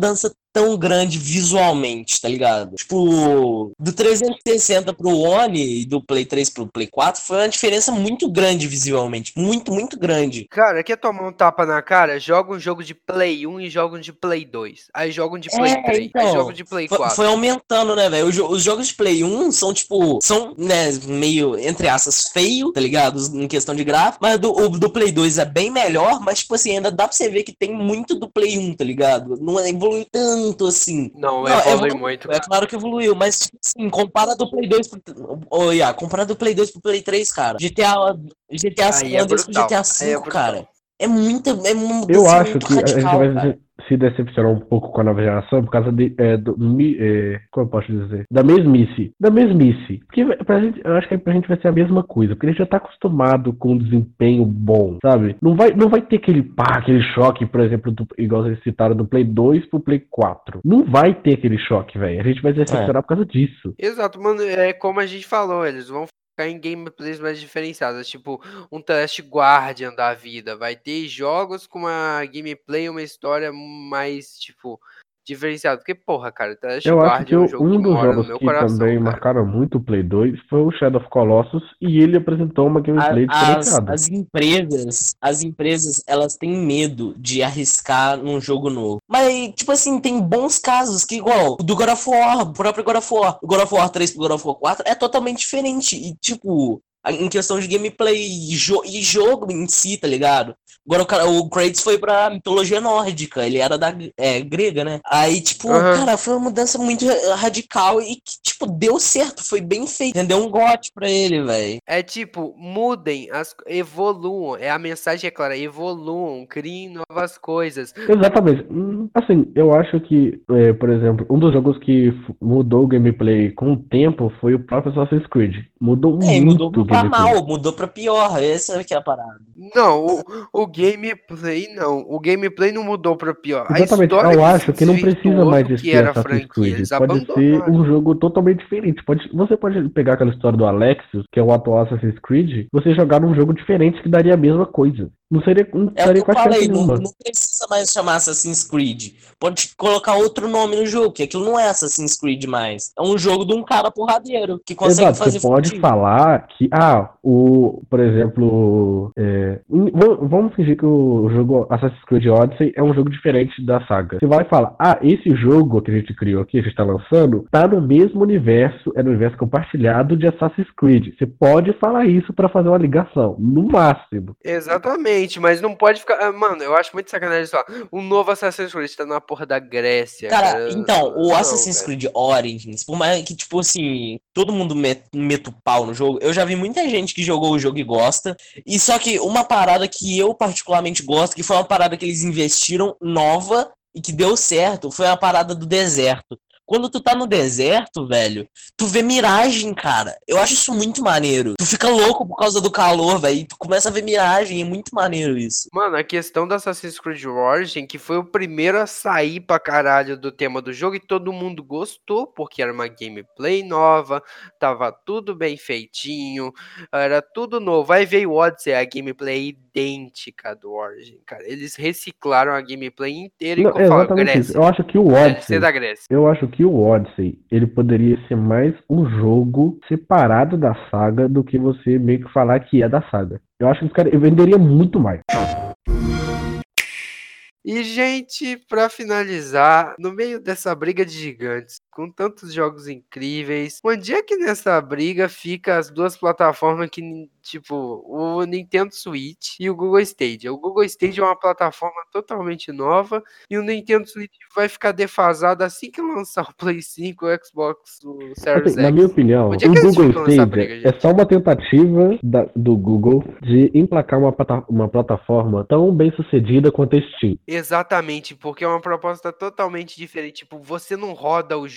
tão grande visualmente, tá ligado? Tipo, do trezentos e sessenta pro One e do Play três pro Play quatro foi uma diferença muito grande visualmente. Muito, muito grande. Cara, quer tomar um tapa na cara? Joga um jogo de Play um e joga um de Play dois. Aí joga um de Play É, três. Aí então, joga um de Play foi, quatro. foi aumentando, né, velho? Os, jo- os jogos de Play um são, tipo, são, né, meio, entre aspas, feio, tá ligado? Em questão de gráfico, mas do, o do Play dois é bem melhor, mas, tipo assim, ainda dá pra você ver que tem muito do Play um, tá ligado? Não evoluiu tanto, assim. Não, Não, evolui evoluiu, muito, é cara. claro que evoluiu, mas, tipo assim, compara do Play dois pro... Ô, Iá, compara do Play dois pro Play três, cara. G T A, G T A San Aí é Andreas pro brutal. G T A Aí é cinco, brutal. cara. É muita, é uma Eu mudança acho muito que a gente radical, vai cara. se- se decepcionar um pouco com a nova geração por causa de, é, do, mi- é, como eu posso dizer? Da mesmice. Da mesmice. Porque pra gente, eu acho que pra gente vai ser a mesma coisa, porque a gente já tá acostumado com um desempenho bom, sabe? Não vai, não vai ter aquele pá, aquele choque, por exemplo, do, igual vocês citaram, do Play dois pro Play quatro. Não vai ter aquele choque, velho. A gente vai se decepcionar por causa disso. Exato, mano. É como a gente falou, eles vão ficar em gameplays mais diferenciadas. Tipo, um The Last Guardian da vida. Vai ter jogos com uma gameplay, uma história mais, tipo, diferenciada. Porque, porra, cara, The Last Eu acho que Guardian é um o- jogo um que dos mora no jogos meu que coração, também cara. marcaram muito o Play dois foi o Shadow of Colossus e ele apresentou uma gameplay A- As, diferenciada. as empresas, as empresas, elas têm medo de arriscar num jogo novo. Mas, tipo assim, tem bons casos que, igual, o do God of War, o próprio God of War, o God of War três pro God of War quatro é totalmente diferente. E, tipo, a- em questão de gameplay e, jo- e jogo em si, tá ligado? Agora o, cara, o Kratos foi pra mitologia nórdica, ele era da é, grega, né? Aí, tipo, Aham. cara, foi uma mudança muito ra- radical e que, tipo, deu certo, foi bem feito. Deu um gote pra ele, velho. É tipo, mudem, as, evoluam. É a mensagem, é clara, evoluam, criem novas coisas. Exatamente. Hum, Assim, eu acho que, é, por exemplo, um dos jogos que f- mudou o gameplay com o tempo foi o próprio Assassin's Creed. Mudou É, e muito mudou o pra gameplay. mal, mudou pra pior. Essa é que é a parada. Não, o, o gameplay não. O gameplay não mudou pra pior. A Exatamente, história eu acho que não precisa mais desvirtuou o que existir era a Assassin's franquia. Creed. Eles Pode ser abandonaram. um jogo totalmente diferente. Pode, você pode pegar aquela história do Alexios, que é o atual Assassin's Creed, você jogar num jogo diferente que daria a mesma coisa. Não seria, não É o que estaria eu com a falei, chance não, nenhuma. não precisa mais chamar Assassin's Creed. Pode colocar outro nome no jogo, que aquilo não é Assassin's Creed mais. É um jogo de um cara porradeiro, que consegue Exato, fazer você pode fugir. falar que, ah, o, por exemplo, é, em- v- vamos fingir que o jogo Assassin's Creed Odyssey é um jogo diferente da saga. Você vai falar, ah, esse jogo que a gente criou aqui, a gente tá lançando, tá no mesmo universo, é no universo compartilhado de Assassin's Creed. Você pode falar isso pra fazer uma ligação, no máximo. Exatamente, mas não pode ficar. ah, Mano, eu acho muito sacanagem só. O novo Assassin's Creed tá na porra da Grécia, Cara, cara. então, o Não, Assassin's velho. Creed Origins, por mais que, tipo assim, todo mundo met- meta o pau no jogo, eu já vi muita gente que jogou o jogo e gosta, e só que uma parada que eu particularmente gosto, que foi uma parada que eles investiram nova e que deu certo, foi a parada do deserto. Quando tu tá no deserto, velho, tu vê miragem, cara. Eu acho isso muito maneiro. Tu fica louco por causa do calor, velho, e tu começa a ver miragem, é muito maneiro isso. Mano, a questão do Assassin's Creed Origin, que foi o primeiro a sair pra caralho do tema do jogo e todo mundo gostou, porque era uma gameplay nova, tava tudo bem feitinho, era tudo novo. Aí veio o Odyssey, a gameplay idêntica do Origin, cara. Eles reciclaram a gameplay inteira e Não, é falaram, exatamente isso. Grécia, Eu acho que o D L C Odyssey, da Grécia. eu acho que o Odyssey, ele poderia ser mais um jogo separado da saga do que você meio que falar que é da saga. Eu acho que os caras venderia muito mais. E, gente, pra finalizar, no meio dessa briga de gigantes, com tantos jogos incríveis, onde é que nessa briga fica as duas plataformas que, tipo, o Nintendo Switch e o Google Stadia? O Google Stadia é uma plataforma totalmente nova e o Nintendo Switch vai ficar defasado assim que lançar o Play cinco, o Xbox, o Series Assim, na X. minha opinião, Onde é o que eles Google ficam nessa Stadia briga, é gente? só uma tentativa da- do Google de emplacar uma, plata- uma plataforma tão bem sucedida quanto a Steam. Exatamente, porque é uma proposta totalmente diferente. Tipo, você não roda o jogo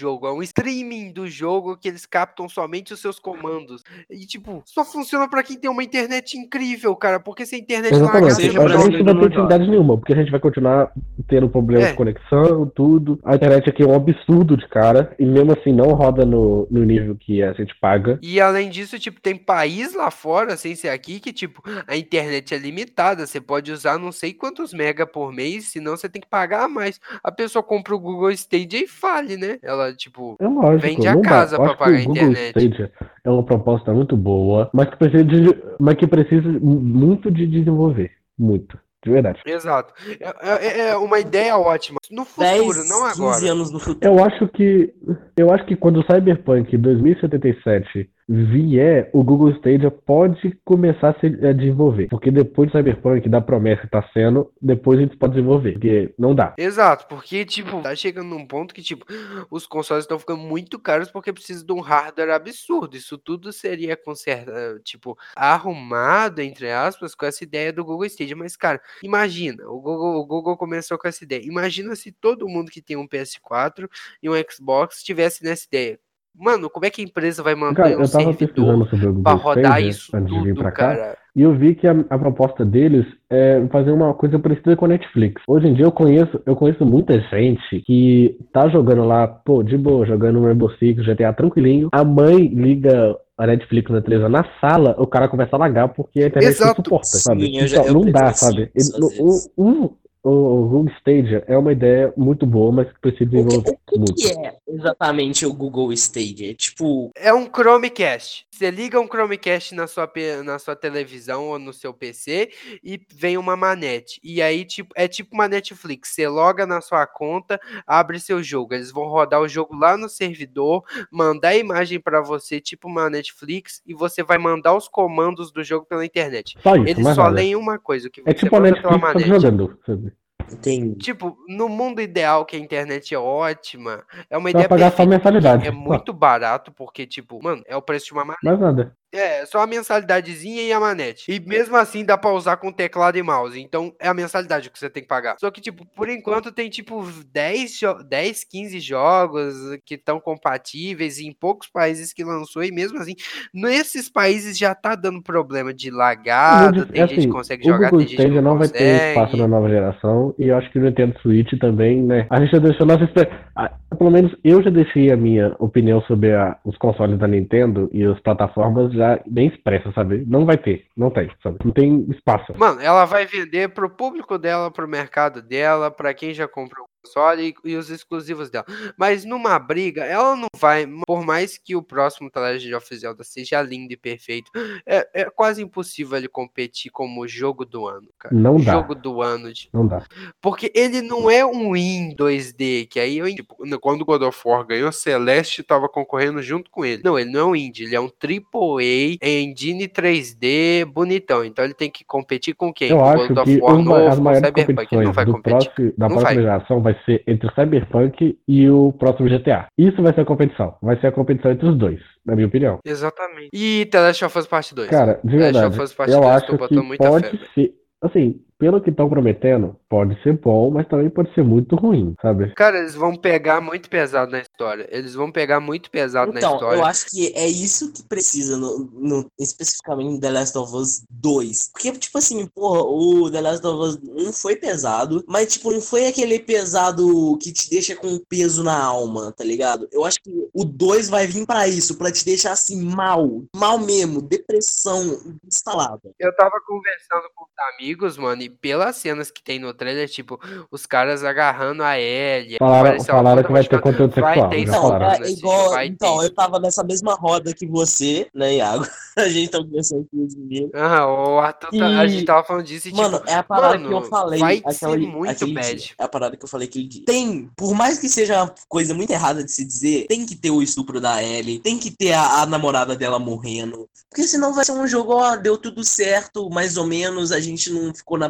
jogo, é um streaming do jogo que eles captam somente os seus comandos. E, tipo, só funciona pra quem tem uma internet incrível, cara, porque se a internet Exatamente. largar, seja você A não gente não vai ter utilidade nenhuma, porque a gente vai continuar tendo problema É. de conexão, tudo. A internet aqui é um absurdo de cara, e mesmo assim não roda no, no nível que a gente paga. E além disso, tipo, tem país lá fora, sem ser aqui, que, tipo, a internet é limitada. Você pode usar não sei quantos mega por mês, senão você tem que pagar mais. A pessoa compra o Google Stadia e fale, né? Ela, tipo, É lógico, vende a não dá. casa Eu pra acho que pagar a o Google internet. Stadia é uma proposta muito boa, mas que precisa, de, mas que precisa muito de desenvolver. Muito. De verdade. Exato. É, é- é uma ideia ótima. No futuro, dez, não quinze agora. anos no futuro. Eu acho que eu acho que quando o Cyberpunk dois mil e setenta e sete vier, o Google Stadia pode começar a se a desenvolver. Porque depois do Cyberpunk, da promessa que tá sendo, depois a gente pode desenvolver. Porque não dá. Exato, porque, tipo, tá chegando num ponto que, tipo, os consoles estão ficando muito caros porque precisa de um hardware absurdo. Isso tudo seria consertado, tipo, arrumado, entre aspas, com essa ideia do Google Stadia. Mas, cara, imagina, o Google, o Google começou com essa ideia. Imagina se todo mundo que tem um P S quatro e um Xbox tivesse nessa ideia. Mano, como é que a empresa vai manter Cara, um eu tava pesquisando servidor sobre o pra Google rodar Stadia isso antes de vir tudo, pra cá. cara? E eu vi que a, a proposta deles é fazer uma coisa parecida com a Netflix. Hoje em dia eu conheço, eu conheço muita gente que tá jogando lá, pô, de boa, jogando um Rainbow Six, G T A tranquilinho. A mãe liga a Netflix na televisão na sala, o cara começa a lagar porque a internet não Exato. suporta, sabe? Sim, eu já- Então, eu não dá, presenciei sabe? Ele, isso às o, vezes. o, o, o Google Stadia é uma ideia muito boa, mas que precisa O que, desenvolver o que muito. que é exatamente o Google Stadia? Tipo, É um Chromecast. Você liga um Chromecast na sua, P- na sua televisão ou no seu P C e vem uma manete. E aí, tipo, é tipo uma Netflix. Você loga na sua conta, abre seu jogo. Eles vão rodar o jogo lá no servidor, mandar a imagem pra você, tipo uma Netflix, e você vai mandar os comandos do jogo pela internet. Só isso, Eles mais só nada. leem uma coisa, o que É você tipo a manda pela Netflix, só que manete. jogando, sabe? entendi. Tipo, no mundo ideal que a internet é ótima, é uma Você vai ideia pagar só perfeita, porque mensalidade. é Só. muito barato, porque, tipo, mano, é o preço de uma manete. Mais nada. É, só a mensalidadezinha e a manete. E mesmo assim dá pra usar com teclado e mouse. Então é a mensalidade que você tem que pagar. Só que, tipo, por enquanto tem, tipo, dez, jo- dez quinze jogos que estão compatíveis em poucos países que lançou. E mesmo assim, nesses países já tá dando problema de É lagado. muito dif- Tem é gente que assim, consegue o jogar, Google tem gente que Stadia não não vai ter espaço na consegue. nova geração, e eu acho que o Nintendo Switch também, né? A gente já deixou nossa espe- ah, pelo menos eu já deixei a minha opinião sobre a- os consoles da Nintendo e as plataformas já bem expressa, sabe? Não vai ter, não tem, sabe? Não tem espaço. Mano, ela vai vender pro público dela, pro mercado dela, pra quem já comprou o console e, e os exclusivos dela. Mas numa briga, ela não vai, por mais que o próximo The Legend of Zelda seja lindo e perfeito, é, é quase impossível ele competir como jogo do ano, cara. Não dá. Jogo do ano. de- Não dá. Porque ele não é um in dois D, que aí eu, tipo, quando o God of War ganhou, Celeste tava concorrendo junto com ele. Não, ele não é um indie, ele é um Triple A, engine três D, bonitão. Então ele tem que competir com quem? Eu Com o acho God of que War os ma- as novo, com o maiores Cyberpunk. Ele não competições vai do competir. próximo, da Não próxima vai. geração vai ser entre o Cyberpunk e o próximo G T A. Isso vai ser a competição. Vai ser a competição entre os dois, na minha opinião. Exatamente. E The Last of Us Parte dois. Cara, de The Last verdade, of Us Parte eu dois, acho tô que botando muita fé, pode velho. ser, assim, pelo que estão prometendo, pode ser bom, mas também pode ser muito ruim, sabe? Cara, eles vão pegar muito pesado na história. Eles vão pegar muito pesado na Então, história. eu acho que é isso que precisa, no, no- especificamente no The Last of Us dois. Porque, tipo assim, porra, o The Last of Us um foi pesado, mas, tipo, não foi aquele pesado que te deixa com peso na alma, tá ligado? Eu acho que o dois vai vir pra isso, pra te deixar, assim, mal, mal mesmo, depressão instalada. Eu tava conversando com os amigos, mano, e pelas cenas que tem no trailer, tipo, os caras agarrando a Ellie. Falaram, apareceu uma falaram puta que vai ter machucada. conteúdo Vai sexual, ter já Então, falaram. spoiler é nesse igual. jogo, vai Então, ter. eu tava nessa mesma roda que você, né, Iago? A gente tá conversando com os meninos. Aham, o Arthur, tá- a gente E, tava falando disso e mano, tipo, é a parada que eu mano, falei vai aquela, ser muito aquele bad. dia. É a parada que eu falei aquele dia. Tem, por mais que seja uma coisa muito errada de se dizer, tem que ter o estupro da Ellie, tem que ter a, a namorada dela morrendo. Porque senão vai ser um jogo, ó, deu tudo certo, mais ou menos, a gente não ficou na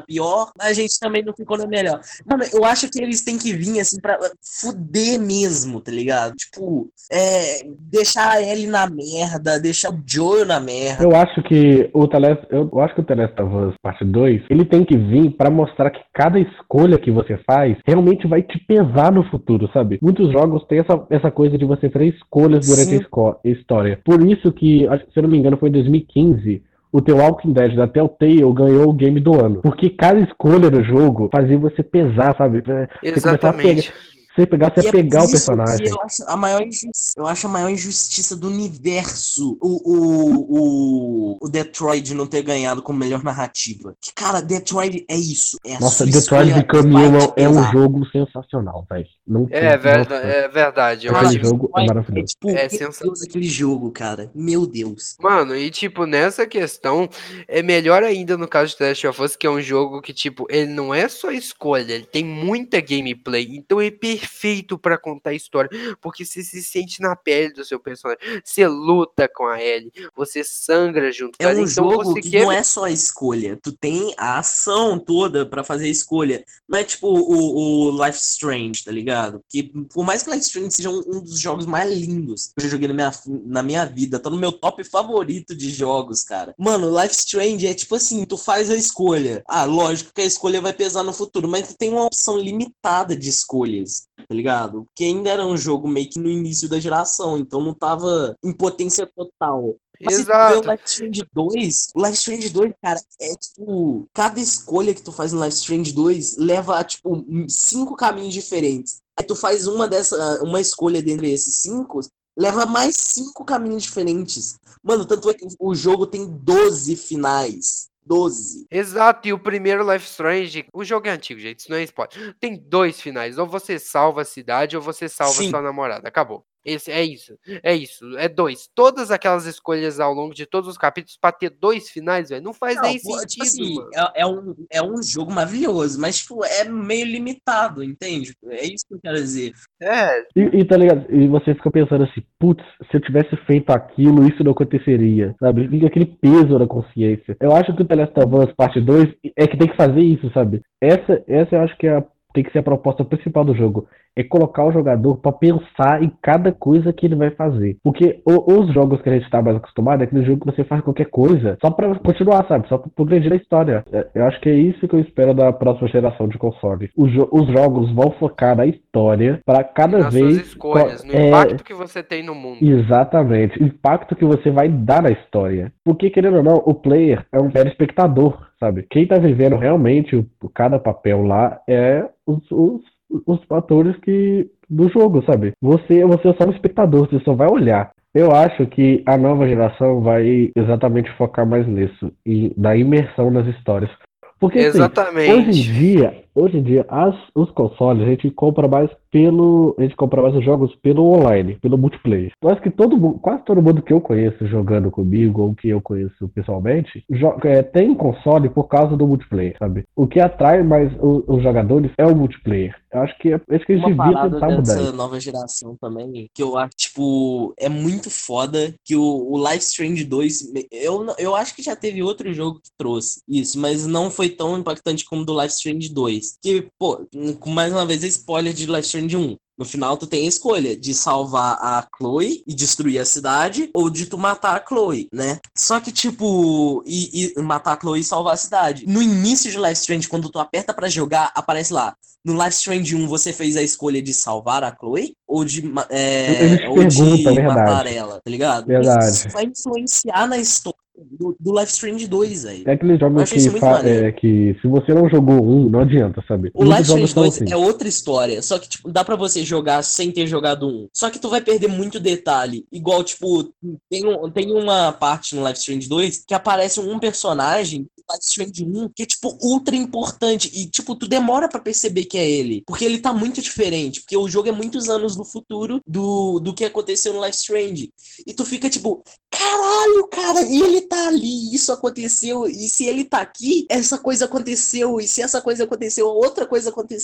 pior, mas a gente também não ficou na melhor. Mano, eu acho que eles têm que vir, assim, pra fuder mesmo, tá ligado? Tipo, é, deixar a Ellie na merda, deixar o Joel na merda. Eu acho que o Teles, eu acho que o The Last of Us Parte dois, ele tem que vir pra mostrar que cada escolha que você faz realmente vai te pesar no futuro, sabe? Muitos jogos têm essa, essa coisa de você fazer escolhas durante Sim. a esco- a história. Por isso que, acho que, se eu não me engano, foi em dois mil e quinze, o The Walking Dead da Telltale ganhou o game do ano. Porque cada escolha do jogo fazia você pesar, sabe? Você começar a pegar, Exatamente. você pegar, você E é pegar por o isso personagem. que eu acho a maior injustiça, eu acho a maior injustiça do universo o, o, o, o Detroit não ter ganhado como melhor narrativa. Que, cara, Detroit é isso. É a Nossa, sua Detroit escolha Become vai Human te é um pesar. jogo sensacional, velho. Não tem. É verdade, Nossa, é verdade. Eu Cara, aquele acho jogo é Detroit é maravilhoso. tipo, é meu sensacional. Deus, aquele jogo, cara. Meu Deus. Mano, e tipo, nessa questão, é melhor ainda no caso de The Last of Us, que é um jogo que, tipo, ele não é só escolha, ele tem muita gameplay, então é perfeito pra contar a história, porque você se sente na pele do seu personagem, você luta com a Ellie, você sangra junto É com ela, um então jogo você que quer... não é só a escolha. Tu tem a ação toda pra fazer a escolha. Não é tipo o, o Life is Strange, tá ligado? Que por mais que Life is Strange seja um, um dos jogos mais lindos que eu já joguei na minha, na minha vida, tá no meu top favorito de jogos, cara. Mano, Life is Strange é tipo assim, tu faz a escolha. Ah, lógico que a escolha vai pesar no futuro, mas tu tem uma opção limitada de escolhas, tá ligado? Porque ainda era um jogo meio que no início da geração, então não tava em potência total. Mas se tu vê o Exato. Life is Strange dois, o Life is Strange dois, cara, é tipo, cada escolha que tu faz no Life is Strange dois leva a, tipo, cinco caminhos diferentes. Aí tu faz uma dessa, uma escolha dentre esses cinco, leva mais cinco caminhos diferentes. Mano, tanto é que o jogo tem doze finais. doze. Exato, e o primeiro Life is Strange, o jogo é antigo, gente, isso não é spoiler. Tem dois finais, ou você salva a cidade, ou você salva Sim. sua namorada, acabou. Esse, é isso, é isso, é dois. Todas aquelas escolhas ao longo de todos os capítulos pra ter dois finais, velho, não faz Não, nem pô, sentido, tipo assim, mano. é, é um, é um jogo maravilhoso, mas, tipo, é meio limitado, entende? É isso que eu quero dizer. É, E, e tá ligado? E você fica pensando assim, putz, se eu tivesse feito aquilo, isso não aconteceria, sabe? Fica aquele peso na consciência. Eu acho que o The Last of Us Parte dois é que tem que fazer isso, sabe? Essa, essa eu acho que é a, tem que ser a proposta principal do jogo. É colocar o jogador pra pensar em cada coisa que ele vai fazer. Porque o- os jogos que a gente tá mais acostumado é aquele jogo que você faz qualquer coisa só pra continuar, sabe? Só pra progredir a história. É, Eu acho que é isso que eu espero da próxima geração de console. Os, jo- os jogos vão focar na história pra e cada nas vez. suas escolhas, co- no é, impacto que você tem no mundo. Exatamente. O impacto que você vai dar na história. Porque, querendo ou não, o player é um mero espectador, sabe? Quem tá vivendo realmente o, o- cada papel lá é os, os, os atores que, do jogo, sabe? Você, você é só um espectador, você só vai olhar. Eu acho que a nova geração vai exatamente focar mais nisso, e na imersão nas histórias. Porque assim, hoje em Exatamente. dia, hoje em dia, as, os consoles, a gente compra mais pelo. A gente compra mais os jogos pelo online, pelo multiplayer. Eu acho que todo mundo, quase todo mundo que eu conheço jogando comigo, ou que eu conheço pessoalmente, jo- é, tem um console por causa do multiplayer, sabe? O que atrai mais o- os jogadores é o multiplayer. Eu acho que, é- acho que a gente Uma devia parada tentar mudar dessa isso. nova geração também, que eu acho, tipo, é muito foda, que o, o Life is Strange dois, eu, não- eu acho que já teve outro jogo que trouxe isso, mas não foi tão impactante como o do Life is Strange dois. Que, pô, com mais uma vez, é spoiler de Life is Strange um. No final, tu tem a escolha de salvar a Chloe e destruir a cidade, ou de tu matar a Chloe, né? Só que, tipo, e, e matar a Chloe e salvar a cidade. No início de Life is Strange, quando tu aperta pra jogar, aparece lá. No Life is Strange um, você fez a escolha de salvar a Chloe ou de, ma- Eles é, te ou perguntam, de matar verdade. ela, tá ligado? Verdade. Isso vai influenciar na história do, do Life is Strange dois, velho. É aquele Eu jogo acho isso que, muito fa- maneiro. é, que se você não jogou um, não adianta, sabe? O Muitos Life is jogos Strange são dois assim. é outra história, só que, tipo, dá pra você jogar sem ter jogado um. Só que tu vai perder muito detalhe. Igual, tipo, tem, um- tem uma parte no Life is Strange dois que aparece um personagem do Life is Strange um que é, tipo, ultra importante. E, tipo, tu demora pra perceber que é ele. Porque ele tá muito diferente. Porque o jogo é muitos anos no futuro do, do que aconteceu no Life is Strange. E tu fica, tipo, caralho, cara, e ele tá ali, isso aconteceu, e se ele tá aqui, essa coisa aconteceu, e se essa coisa aconteceu, outra coisa aconteceu.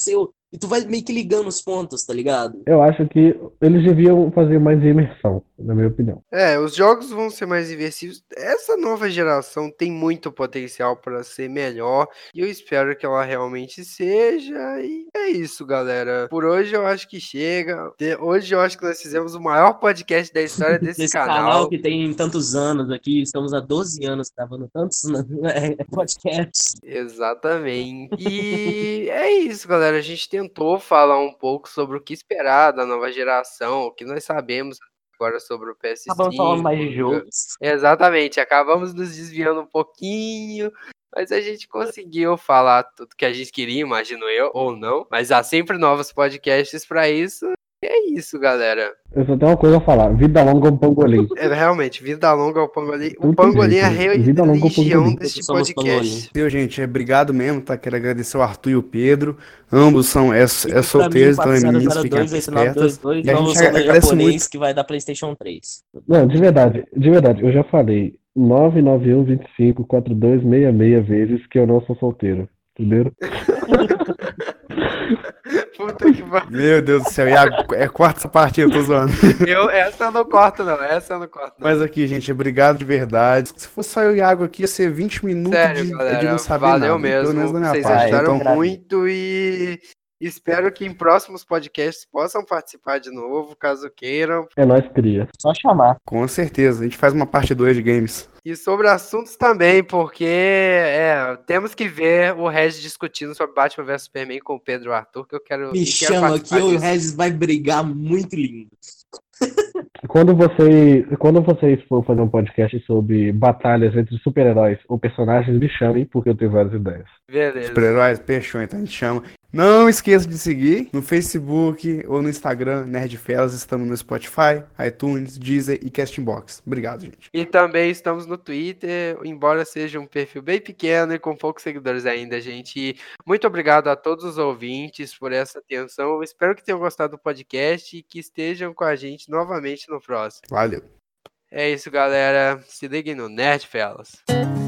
E tu vai meio que ligando os pontos, tá ligado? Eu acho que eles deviam fazer mais imersão, na minha opinião. É, os jogos vão ser mais imersivos. Essa nova geração tem muito potencial para ser melhor e eu espero que ela realmente seja. E é isso, galera. Por hoje eu acho que chega. De- Hoje eu acho que nós fizemos o maior podcast da história desse Desse canal. canal que tem tantos anos aqui, estamos há doze anos gravando tantos né, podcasts. Exatamente. E é isso, galera. A gente tentou falar um pouco sobre o que esperar da nova geração, o que nós sabemos agora sobre o P S Acabamos falando mais de cinco. jogos. Exatamente, acabamos nos desviando um pouquinho, mas a gente conseguiu falar tudo que a gente queria, imagino eu, ou não. Mas há sempre novos podcasts pra isso. E é isso, galera. Eu só tenho uma coisa a falar. Vida longa ao pangolim. É realmente, vida longa ao pangolim. O Não tem pangolim é a jeito, né? Vida longa ao religião pangolim. deste Somos podcast. Viu, gente? É obrigado mesmo, tá? Quero agradecer o Arthur e o Pedro. Ambos são é, é solteiros, então é meninos, fiquem espertos. E a gente Vamos sobre agradece japonês muito. que vai dar PlayStation três. Não, de verdade, de verdade, eu já falei nove nove um dois cinco quatro dois seis seis vezes que eu não sou solteiro. Entendeu? Puta que pariu. Meu Deus do céu, Iago, é quarta essa partida, eu tô zoando. Eu, essa eu não corto, não. Essa eu não corto, não. Mas aqui, gente, obrigado de verdade. Se fosse só eu e o Iago aqui, ia ser vinte minutos Sério, de, galera, de não saber valeu nada. Pelo mesmo. menos da minha Vocês parte. ajudaram Então, muito e espero que em próximos podcasts possam participar de novo, caso queiram. É nóis, cria. Só chamar. com certeza, a gente faz uma parte dois de games. E sobre assuntos também, porque é, temos que ver o Regis discutindo sobre Batman versus Superman com o Pedro Arthur, que eu quero. Me eu quero chama que participar eu e o disso. Regis vai brigar muito lindo. Quando vocês, quando vocês for fazer um podcast sobre batalhas entre super-heróis ou personagens, me chamem, porque eu tenho várias ideias. Beleza. Super-heróis, fechou, então a gente chama. Não esqueça de seguir no Facebook ou no Instagram, Nerdfellas. Estamos no Spotify, iTunes, Deezer e Castbox. Obrigado, gente. E também estamos no Twitter, embora seja um perfil bem pequeno e com poucos seguidores ainda, gente. E muito obrigado a todos os ouvintes por essa atenção. Eu espero que tenham gostado do podcast e que estejam com a gente novamente no próximo. Valeu. É isso, galera. Se liguem no Nerdfellas.